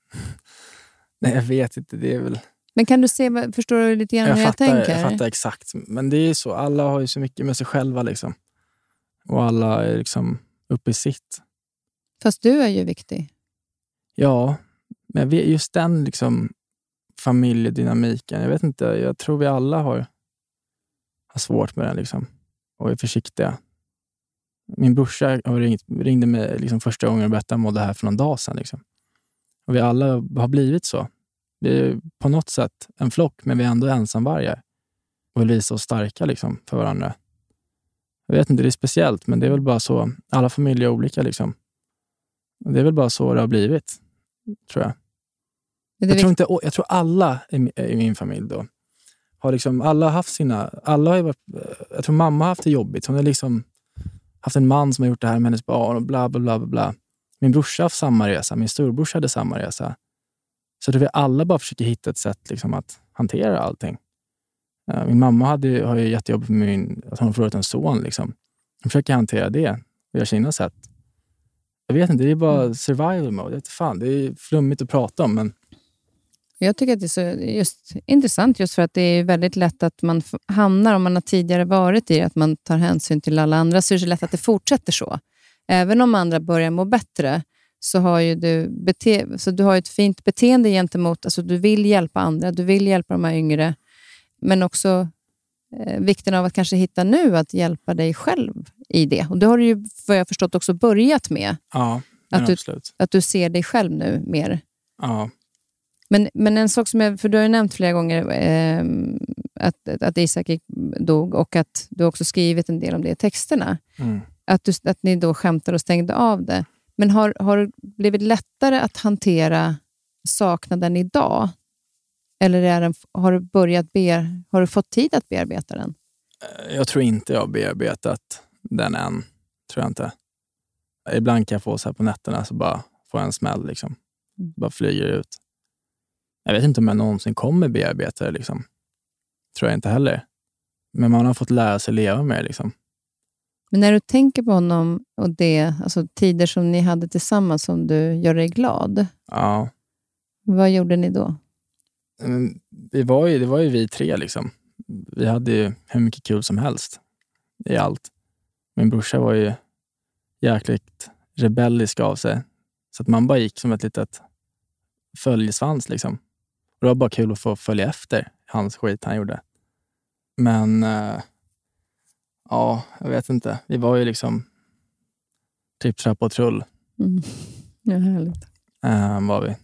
Nej, jag vet inte. Det är väl... Men kan du förstår du lite grann hur jag tänker? Jag fattar exakt. Men det är så. Alla har ju så mycket med sig själva liksom. Och alla är liksom uppe i sitt. Fast du är ju viktig. Ja, men just den liksom familjedynamiken. Jag vet inte. Jag tror vi alla har svårt med den liksom. Och är försiktiga. Min brorsa ringde mig liksom första gången och berättade om det här för någon dag sedan. Liksom. Och vi alla har blivit så. Vi är på något sätt en flock, men vi är ändå ensamvargar. Och vill visa oss starka liksom, för varandra. Jag vet inte, det är speciellt, men det är väl bara så. Alla familjer är olika. Liksom. Och det är väl bara så det har blivit, tror jag. Jag tror alla i min familj då har liksom, alla haft alla har varit, jag tror mamma har haft det jobbigt. Hon har liksom haft en man som har gjort det här med hennes barn och bla bla bla bla. Min brorsa har haft samma resa, min storbrorsa hade samma resa. Så vi alla bara försöker hitta ett sätt liksom, att hantera allting. Min mamma har ju jättejobbigt med att hon har förlorat en son. Liksom. Hon försöker hantera det och göra sina sätt. Jag vet inte, det är bara survival mode. Det är flummigt att prata om, men jag tycker att det är så just intressant just för att det är väldigt lätt att man hamnar, om man har tidigare varit i att man tar hänsyn till alla andra, så är det så lätt att det fortsätter så. Även om andra börjar må bättre så har ju du har ett fint beteende gentemot, alltså du vill hjälpa andra, du vill hjälpa de här yngre, men också vikten av att kanske hitta nu att hjälpa dig själv i det. Och det har du ju, vad jag förstått, också börjat med. Ja, att du ser dig själv nu mer. Ja. Men en sak som för du har ju nämnt flera gånger att Isak dog och att du också skrivit en del om det i texterna. Att ni då skämtade och stängde av det. Men har det blivit lättare att hantera saknaden idag? Eller har du fått tid att bearbeta den? Jag tror inte jag har bearbetat den än. Tror jag inte. Ibland kan jag få så här på nätterna så bara får jag en smäll liksom. Bara flyger ut. Jag vet inte om jag någonsin kommer bearbeta det liksom. Tror jag inte heller. Men man har fått lära sig leva med det liksom. Men när du tänker på honom och det, alltså tider som ni hade tillsammans som du gör dig glad. Ja. Vad gjorde ni då? Det var ju vi tre liksom. Vi hade ju hur mycket kul som helst i allt. Min brorsa var ju jäkligt rebellisk av sig. Så att man bara gick som ett litet följesvans liksom. Och det var bara kul att få följa efter hans skit han gjorde. Men ja, jag vet inte. Vi var ju liksom typ trappa och trull. Ja, härligt. Var vi.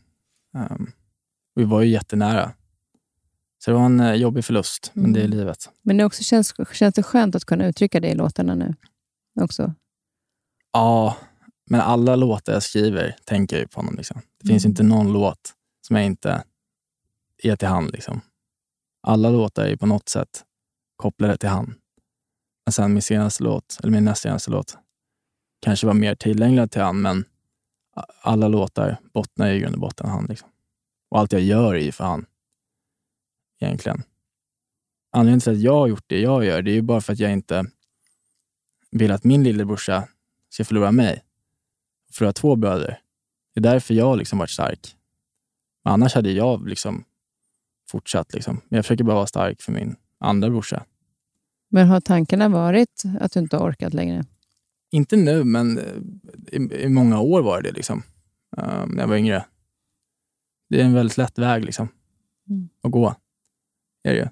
Vi var ju jättenära. Så det var en jobbig förlust, men det är livet. Men det också känns det skönt att kunna uttrycka det i låtarna nu också? Ja, men alla låtar jag skriver tänker jag ju på honom. Liksom. Det finns inte någon låt som jag inte är till han. Liksom. Alla låtar är ju på något sätt kopplade till han. Men sen min nästa senaste låt kanske var mer tillgänglig till han, men alla låtar bottnar i grund och botten han. Liksom. Och allt jag gör är ju för han. Egentligen. Anledningen till att jag har gjort det jag gör, det är ju bara för att jag inte vill att min lillebrorsa ska förlora mig. Förlora 2 bröder. Det är därför jag liksom varit stark. Men annars hade jag liksom fortsatt liksom. Men jag försöker bara vara stark för min andra brorsa. Men har tankarna varit att du inte har orkat längre? Inte nu, men i många år var det liksom. När jag var yngre. Det är en väldigt lätt väg liksom. Att gå. Är det ju.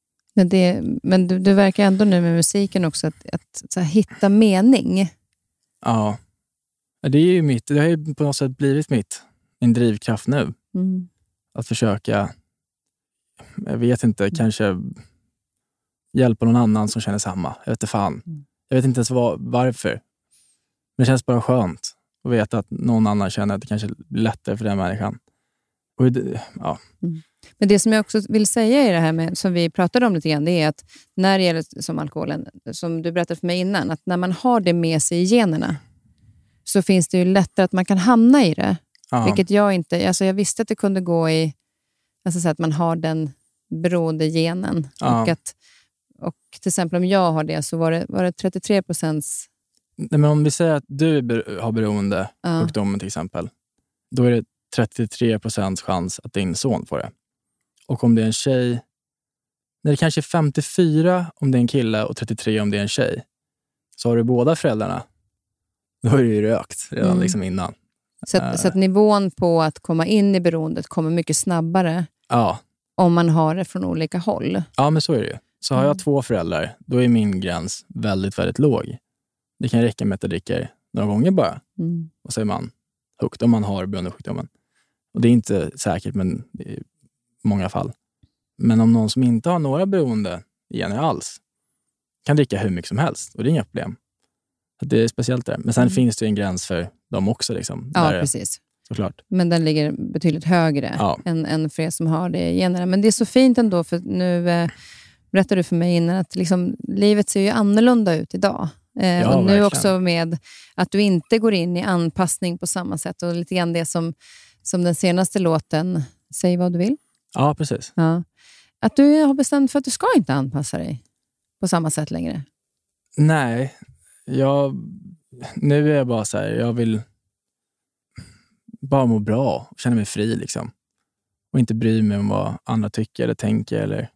Men du verkar ändå nu med musiken också att så här, hitta mening. Ja. Det är ju det har ju på något sätt blivit min drivkraft nu. Att försöka, jag vet inte, kanske hjälpa någon annan som känner samma. Jag vet inte fan. Jag vet inte ens varför. Men det känns bara skönt att veta att någon annan känner att det kanske blir lättare för den människan. Och ja. Men det som jag också vill säga i det här med, som vi pratade om lite grann, det är att när det gäller som alkoholen, som du berättade för mig innan, att när man har det med sig i generna så finns det ju lättare att man kan hamna i det. Ja. Vilket jag inte, alltså jag visste att det kunde gå i, alltså så att man har den beroendegenen. Ja. Och till exempel om jag har det så var det 33%. Nej, men om vi säger att du har beroendesjukdomen till exempel, då är det 33% chans att din son får det. Och om det är en tjej, när det kanske är 54 om det är en kille och 33 om det är en tjej, så har du båda föräldrarna, då är det ju rökt redan liksom innan. Så att nivån på att komma in i beroendet kommer mycket snabbare om man har det från olika håll. Ja, men så är det ju. Så har jag 2 föräldrar, då är min gräns väldigt, väldigt låg. Det kan räcka med att jag dricker några gånger bara. Och så är man högt om man har beroendesjukdomen. Och det är inte säkert, men det är i många fall. Men om någon som inte har några beroendegener alls kan dricka hur mycket som helst. Och det är inga problem. Det är speciellt där. Men sen finns det en gräns för dem också. Liksom, ja, precis. Såklart. Men den ligger betydligt högre än för er som har det i generna. Men det är så fint ändå, för nu berättade du för mig innan att liksom, livet ser ju annorlunda ut idag. Och nu verkligen. Också med att du inte går in i anpassning på samma sätt. Och lite grann det som den senaste låten, Säg vad du vill. Ja, precis. Ja. Att du har bestämt för att du ska inte anpassa dig på samma sätt längre. Nej, nu är jag bara så här, jag vill bara må bra, känna mig fri liksom. Och inte bry mig om vad andra tycker eller tänker eller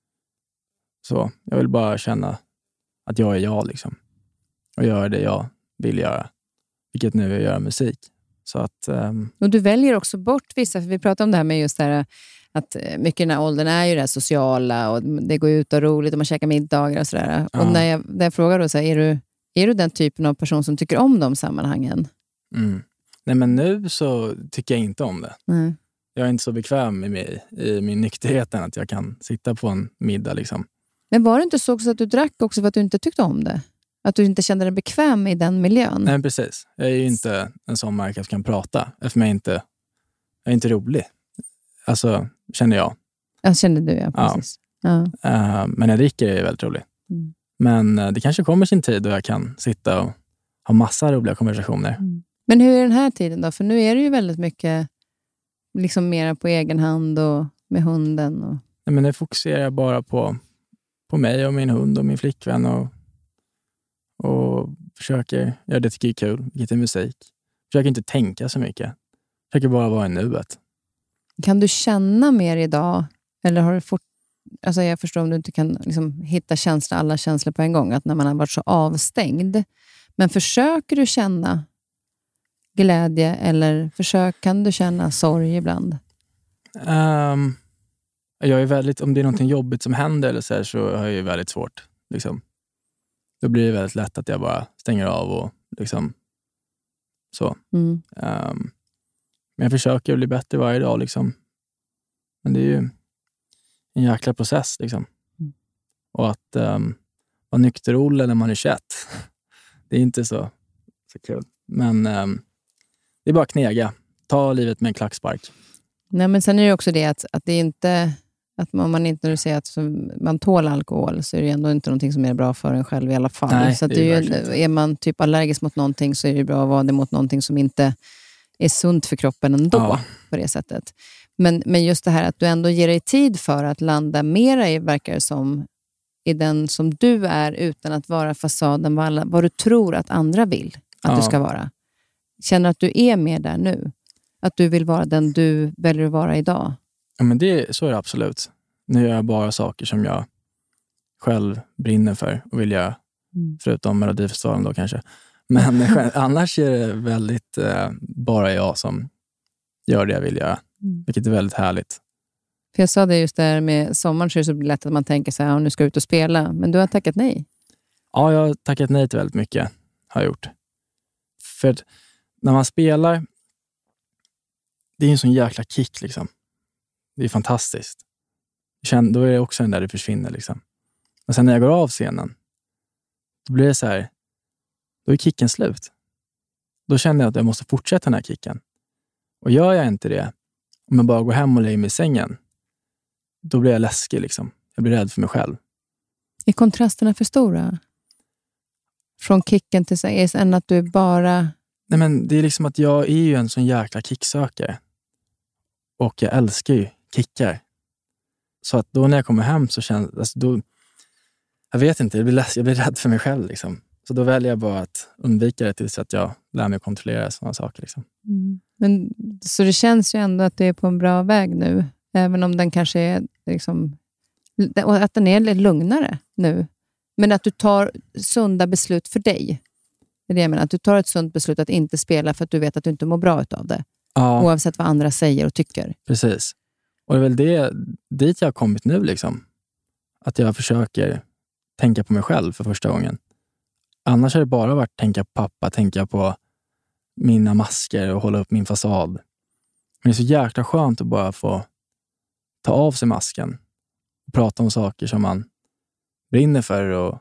så. Jag vill bara känna att jag är jag liksom. Och göra det jag vill göra. Vilket nu är att göra musik. Så att, och du väljer också bort vissa, för vi pratar om det här med just det här, att mycket i den här åldern är ju det här sociala och det går ut och roligt och man käkar middagar och sådär. Ja. Och när jag frågar då så här, är du den typen av person som tycker om de sammanhangen? Nej, men nu så tycker jag inte om det. Jag är inte så bekväm i min nykterhet än att jag kan sitta på en middag liksom. Men var det inte så också att du drack också för att du inte tyckte om det? Att du inte kände dig bekväm i den miljön? Nej, precis. Jag är ju inte en sån märka som kan prata. För mig jag är inte rolig. Alltså, känner jag. Ja, kände du, ja. Precis. Ja. Men när jag dricker är jag väldigt rolig. Men det kanske kommer sin tid då jag kan sitta och ha massa roliga konversationer. Men hur är den här tiden då? För nu är det ju väldigt mycket liksom mera på egen hand och med hunden. Och... Nej, men nu fokuserar jag bara på mig och min hund och min flickvän och försöker göra det jag tycker är kul, vilket är musik. Försöker inte tänka så mycket. Försöker bara vara i nuet. Kan du känna mer idag? Eller har du alltså jag förstår om du inte kan liksom hitta alla känslor på en gång. Att när man har varit så avstängd. Men försöker du känna glädje eller kan du känna sorg ibland? Jag är väldigt, om det är någonting jobbigt som händer eller så här, så har jag ju väldigt svårt. Liksom. Då blir det väldigt lätt att jag bara stänger av och liksom så. Men jag försöker bli bättre varje dag liksom. Men det är ju en jäkla process liksom. Och att vara nykter-Olle när man är 21, det är inte så kul. Men det är bara knega. Ta livet med en klackspark. Nej, men sen är det också det att det är inte... Att om man inte säger att man tål alkohol så är det ändå inte någonting som är bra för en själv i alla fall. Nej, så att är man typ allergisk mot någonting så är det bra att vara det mot någonting som inte är sunt för kroppen ändå på det sättet. Men just det här att du ändå ger dig tid för att landa mera i, verkar som, i den som du är utan att vara fasaden vad du tror att andra vill att du ska vara. Känner att du är mer där nu? Att du vill vara den du väljer att vara idag? Ja, men så är det absolut. Nu gör jag bara saker som jag själv brinner för och vill göra. Förutom Melodifestivalen då kanske. Men annars är det väldigt bara jag som gör det jag vill göra. Vilket är väldigt härligt. För jag sa det just där med sommaren, så är det så lätt att man tänker så här, nu ska jag ut och spela. Men du har tackat nej. Ja, jag har tackat nej till väldigt mycket. Har jag gjort. För att när man spelar, det är en sån jäkla kick liksom. Det är fantastiskt. Då är det också den där det försvinner liksom. Och sen när jag går av scenen, då blir det så här, då är kicken slut. Då känner jag att jag måste fortsätta den här kicken. Och gör jag inte det, om jag bara går hem och lägger mig i sängen, då blir jag läskig liksom. Jag blir rädd för mig själv. Är kontrasterna för stora? Från kicken till än att du är bara... Nej, men det är liksom att jag är ju en sån jäkla kicksökare. Och jag älskar ju kickar. Så att då när jag kommer hem så känns alltså då, jag vet inte, jag blir rädd för mig själv liksom. Så då väljer jag bara att undvika det tills att jag lär mig att kontrollera sådana saker liksom. Men så det känns ju ändå att du är på en bra väg nu, även om den kanske är liksom, och att den är lite lugnare nu. Men att du tar sunda beslut för dig. Det är det jag menar, att du tar ett sunt beslut att inte spela för att du vet att du inte mår bra utav det. Ja. Oavsett vad andra säger och tycker. Precis. Och det är väl dit jag har kommit nu liksom. Att jag försöker tänka på mig själv för första gången. Annars har det bara varit tänka på pappa, tänka på mina masker och hålla upp min fasad. Men det är så jäkla skönt att bara få ta av sig masken och prata om saker som man brinner för. Och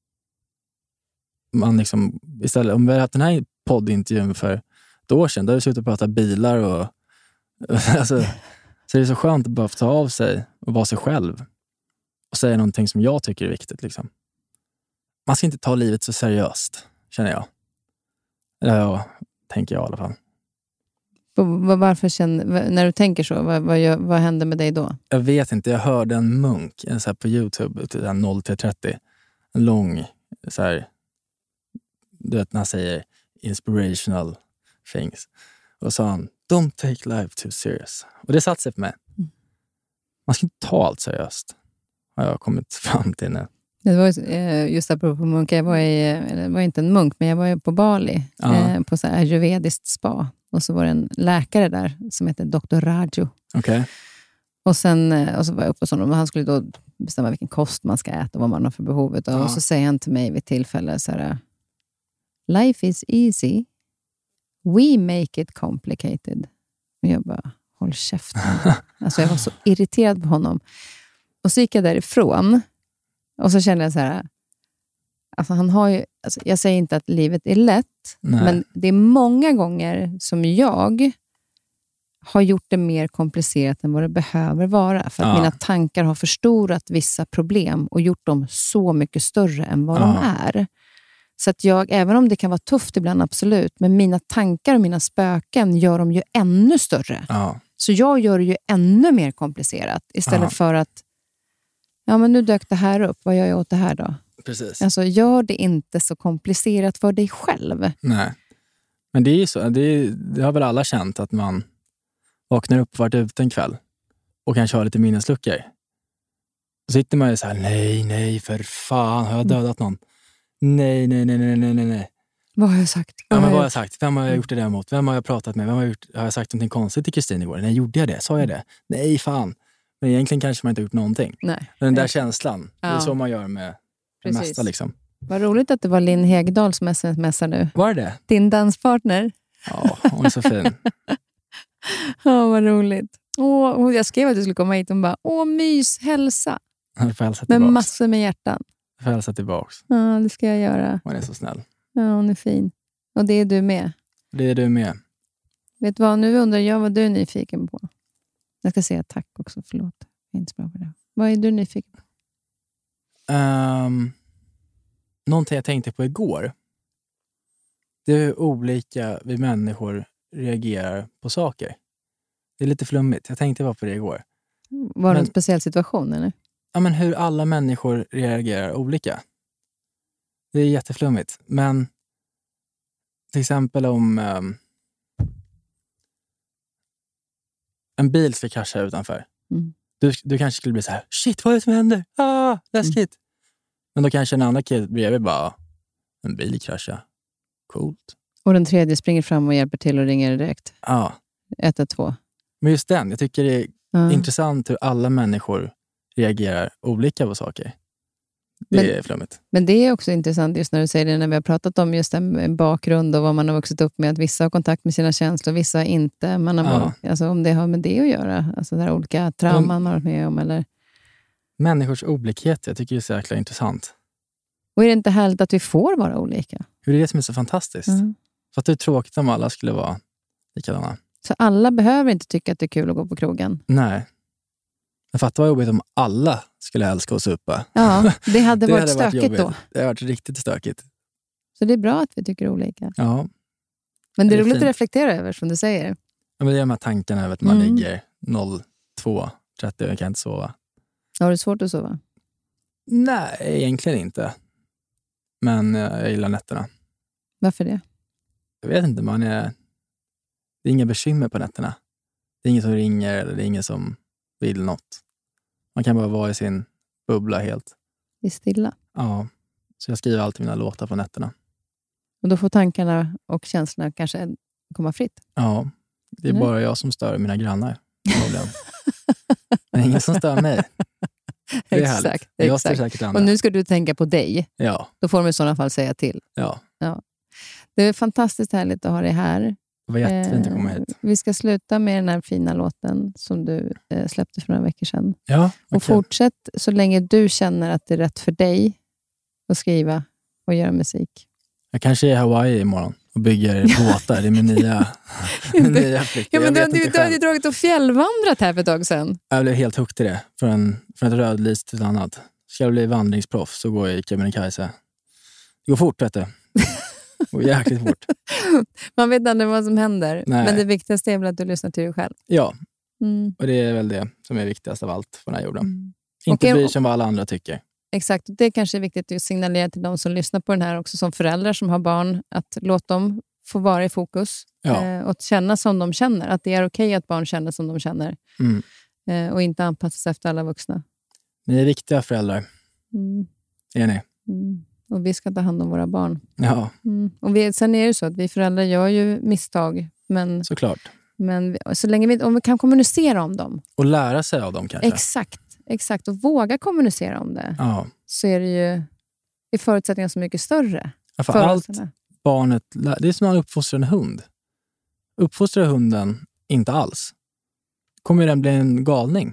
man liksom, istället, om vi hade haft den här poddintervjun för ett år sedan, då hade vi suttit och pratat bilar och alltså, så det är så skönt att bara få ta av sig och vara sig själv och säga någonting som jag tycker är viktigt liksom. Man ska inte ta livet så seriöst, känner jag. Eller ja, tänker jag i alla fall. Varför när du tänker så, vad händer med dig då? Jag vet inte, jag hörde en munk så här på YouTube, 0330, en lång så här, du vet när han säger inspirational things. Och sa han, don't take life too serious. Och det satt sig för mig. Man ska inte ta allt seriöst. Har jag kommit fram till nu. Det var just apropå munk. Jag var inte en munk, men jag var ju på Bali. På så här ayurvediskt spa. Och så var det en läkare där som heter Dr. Raju. Okay. Och så var jag uppe hos honom och han skulle då bestämma vilken kost man ska äta och vad man har för behovet. Och så säger han till mig vid tillfälle så här: life is easy. We make it complicated. Och jag bara, håll käften. Alltså jag var så irriterad på honom. Och så gick jag därifrån. Och så kände jag så här, alltså han har ju, alltså jag säger inte att livet är lätt. Nej. Men det är många gånger som jag har gjort det mer komplicerat än vad det behöver vara. För att mina tankar har förstorat vissa problem och gjort dem så mycket större än vad de är. Så att även om det kan vara tufft ibland, absolut, men mina tankar och mina spöken gör dem ju ännu större. Så jag gör det ju ännu mer komplicerat istället för att men nu dök det här upp, vad gör jag åt det här då? Precis. Alltså gör det inte så komplicerat för dig själv. Nej, men det är ju så, det har väl alla känt att man vaknar upp vart ute en kväll och kanske har lite minnesluckor. Då sitter man ju så här, nej, för fan, har jag dödat någon? Nej. Vad har jag sagt? Vad har jag sagt? Vem har jag gjort det där mot? Vem har jag pratat med? Har jag sagt någonting konstigt till Kristin igår? Nej, gjorde jag det? Sa jag det? Nej, fan. Men egentligen kanske man inte har gjort någonting. Nej. Den där känslan, det är så man gör med det mesta liksom. Vad roligt att det var Linn Hegdahl som smsar nu. Var det? Din danspartner. Ja, hon är så fin. Vad roligt. Jag skrev att du skulle komma hit och bara, mys, hälsa. Jag får hälsa med massor med hjärtan. Jag får hälsa tillbaks. Ja, det ska jag göra. Hon är så snäll. Ja, hon är fin. Och det är du med. Det är du med. Vet du vad, nu undrar jag vad du är nyfiken på. Jag ska säga tack också, förlåt. Jag är inte så bra på det. Vad är du nyfiken på? Någonting jag tänkte på igår. Det är hur olika vi människor reagerar på saker. Det är lite flummigt. Jag tänkte bara på det igår. Var det en speciell situation eller? Ja, men hur alla människor reagerar olika. Det är jätteflummigt. Men till exempel om en bil ska krascha utanför. Du kanske skulle bli så här, shit, vad är det som händer? Läskigt. Men då kanske en annan kid bredvid bara, en bil kraschar. Coolt. Och den tredje springer fram och hjälper till och ringer direkt. Ja. 112. Men just den, jag tycker det är intressant hur alla människor reagerar olika på saker. Det är flummigt. Men det är också intressant just när du säger det, när vi har pratat om just en bakgrund och vad man har vuxit upp med, att vissa har kontakt med sina känslor, vissa inte. Man har alltså, om det har med det att göra, alltså där olika trauman man har varit med om. Eller... Människors olikhet, jag tycker det är så jäkla intressant. Och är det inte härligt att vi får vara olika? Hur är det som är så fantastiskt? Så att det är tråkigt om alla skulle vara likadana. Så alla behöver inte tycka att det är kul att gå på krogen? Nej. Jag fattar vad jobbigt om alla skulle älska att supa. Ja, det hade varit stökigt då. Det hade varit riktigt stökigt. Så det är bra att vi tycker olika. Ja. Men det är roligt att reflektera över, som du säger. Ja, men det är de här tankarna över att man ligger 02:30 och kan inte sova. Har du svårt att sova? Nej, egentligen inte. Men jag gillar nätterna. Varför det? Jag vet inte, det är inga bekymmer på nätterna. Det är ingen som ringer eller det är ingen som vill något. Man kan bara vara i sin bubbla helt. Det är stilla. Ja, så jag skriver alltid mina låtar på nätterna. Och då får tankarna och känslorna kanske komma fritt? Ja, det är bara jag som stör mina grannar. Men ingen som stör mig. Det är exakt, jag stör säkert andra. Och nu ska du tänka på dig. Ja. Då får de i sådana fall säga till. Ja. Det är fantastiskt härligt att ha dig här. Det var jättefint att komma hit. Vi ska sluta med den här fina låten som du släppte för några veckor sedan. Ja, okay. Och fortsätt så länge du känner att det är rätt för dig att skriva och göra musik. Jag kanske är i Hawaii imorgon och bygger båtar. Det är min nya flykt. Ja, men du hade ju dragit och fjällvandrat här för ett tag sedan. Jag blev helt hooked i det. Från ett rödlis till ett annat. Ska jag bli vandringsproff så går jag i Kebnekaise. Det går fort, vet du. Och jäkligt fort. Man vet aldrig vad som händer. Nej. Men det viktigaste är väl att du lyssnar till dig själv. Ja, och det är väl det som är viktigast av allt på den här jorden. Inte bry sig om vad alla andra tycker. Exakt, det är kanske viktigt att signalera till de som lyssnar på den här också som föräldrar som har barn, att låt dem få vara i fokus och känna som de känner. Att det är okej att barn känner som de känner. Och inte anpassas efter alla vuxna. Ni är viktiga föräldrar. Är ni? Och vi ska ta hand om våra barn. Ja. Och sen är det så att vi föräldrar gör ju misstag. Men, såklart. Men så länge om vi kan kommunicera om dem. Och lära sig av dem kanske. Exakt. Och våga kommunicera om det. Ja. Så är det ju i förutsättningar så mycket större. Ja, för allt barnet, det är som att man uppfostrar en hund. Uppfostrar hunden inte alls, kommer den bli en galning.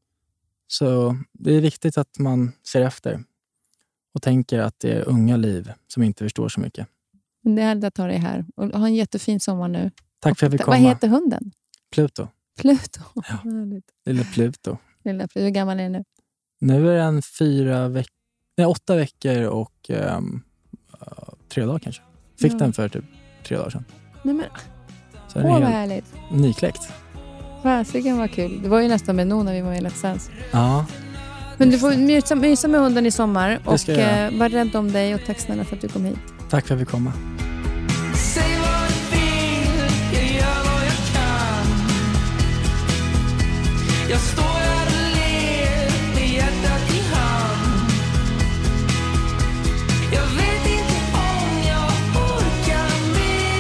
Så det är viktigt att man ser efter. Och tänker att det är unga liv som inte förstår så mycket. Men det är härligt att ha dig här. Och ha en jättefin sommar nu. Tack för att vi kom. Vad heter hunden? Pluto. Ja. Lilla Pluto. Hur gammal är den nu? Nu är den 8 veckor och 3 dagar kanske. Fick den för typ 3 dagar sedan. Nej, men. Så vad härligt. Nykläckt. Fasiken var kul. Det var ju nästan med nog när vi var i Let's Dance. Ja. Men du får mysa med hunden i sommar och var rädd om dig och tack snälla för att du kom hit. Tack för att vi kom. Säg vad du vill, jag gör vad jag kan. Jag står här och ler med hjärtat i hand. Jag vet inte om jag orkar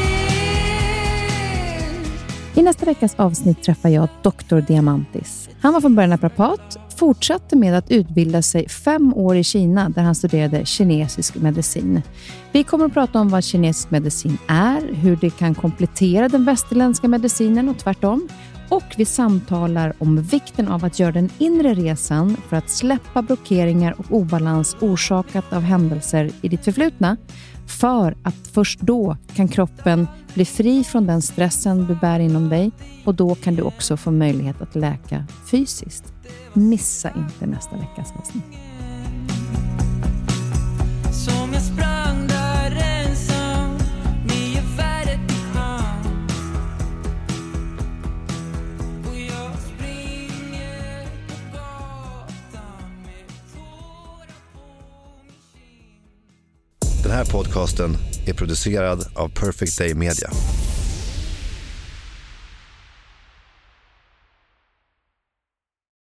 mer. I nästa veckas avsnitt träffar jag Dr. Diamantis. Han var från början naprapat, fortsatte med att utbilda sig 5 år i Kina där han studerade kinesisk medicin. Vi kommer att prata om vad kinesisk medicin är, hur det kan komplettera den västerländska medicinen och tvärtom. Och vi samtalar om vikten av att göra den inre resan för att släppa blockeringar och obalans orsakat av händelser i ditt förflutna. För att först då kan kroppen bli fri från den stressen du bär inom dig och då kan du också få möjlighet att läka fysiskt. Missa inte nästa veckas avsnitt. Som jag sprang där ensam med geväret i hand. Och jag springer på gatan med tårar på min kind. Den här podcasten är producerad av Perfect Day Media.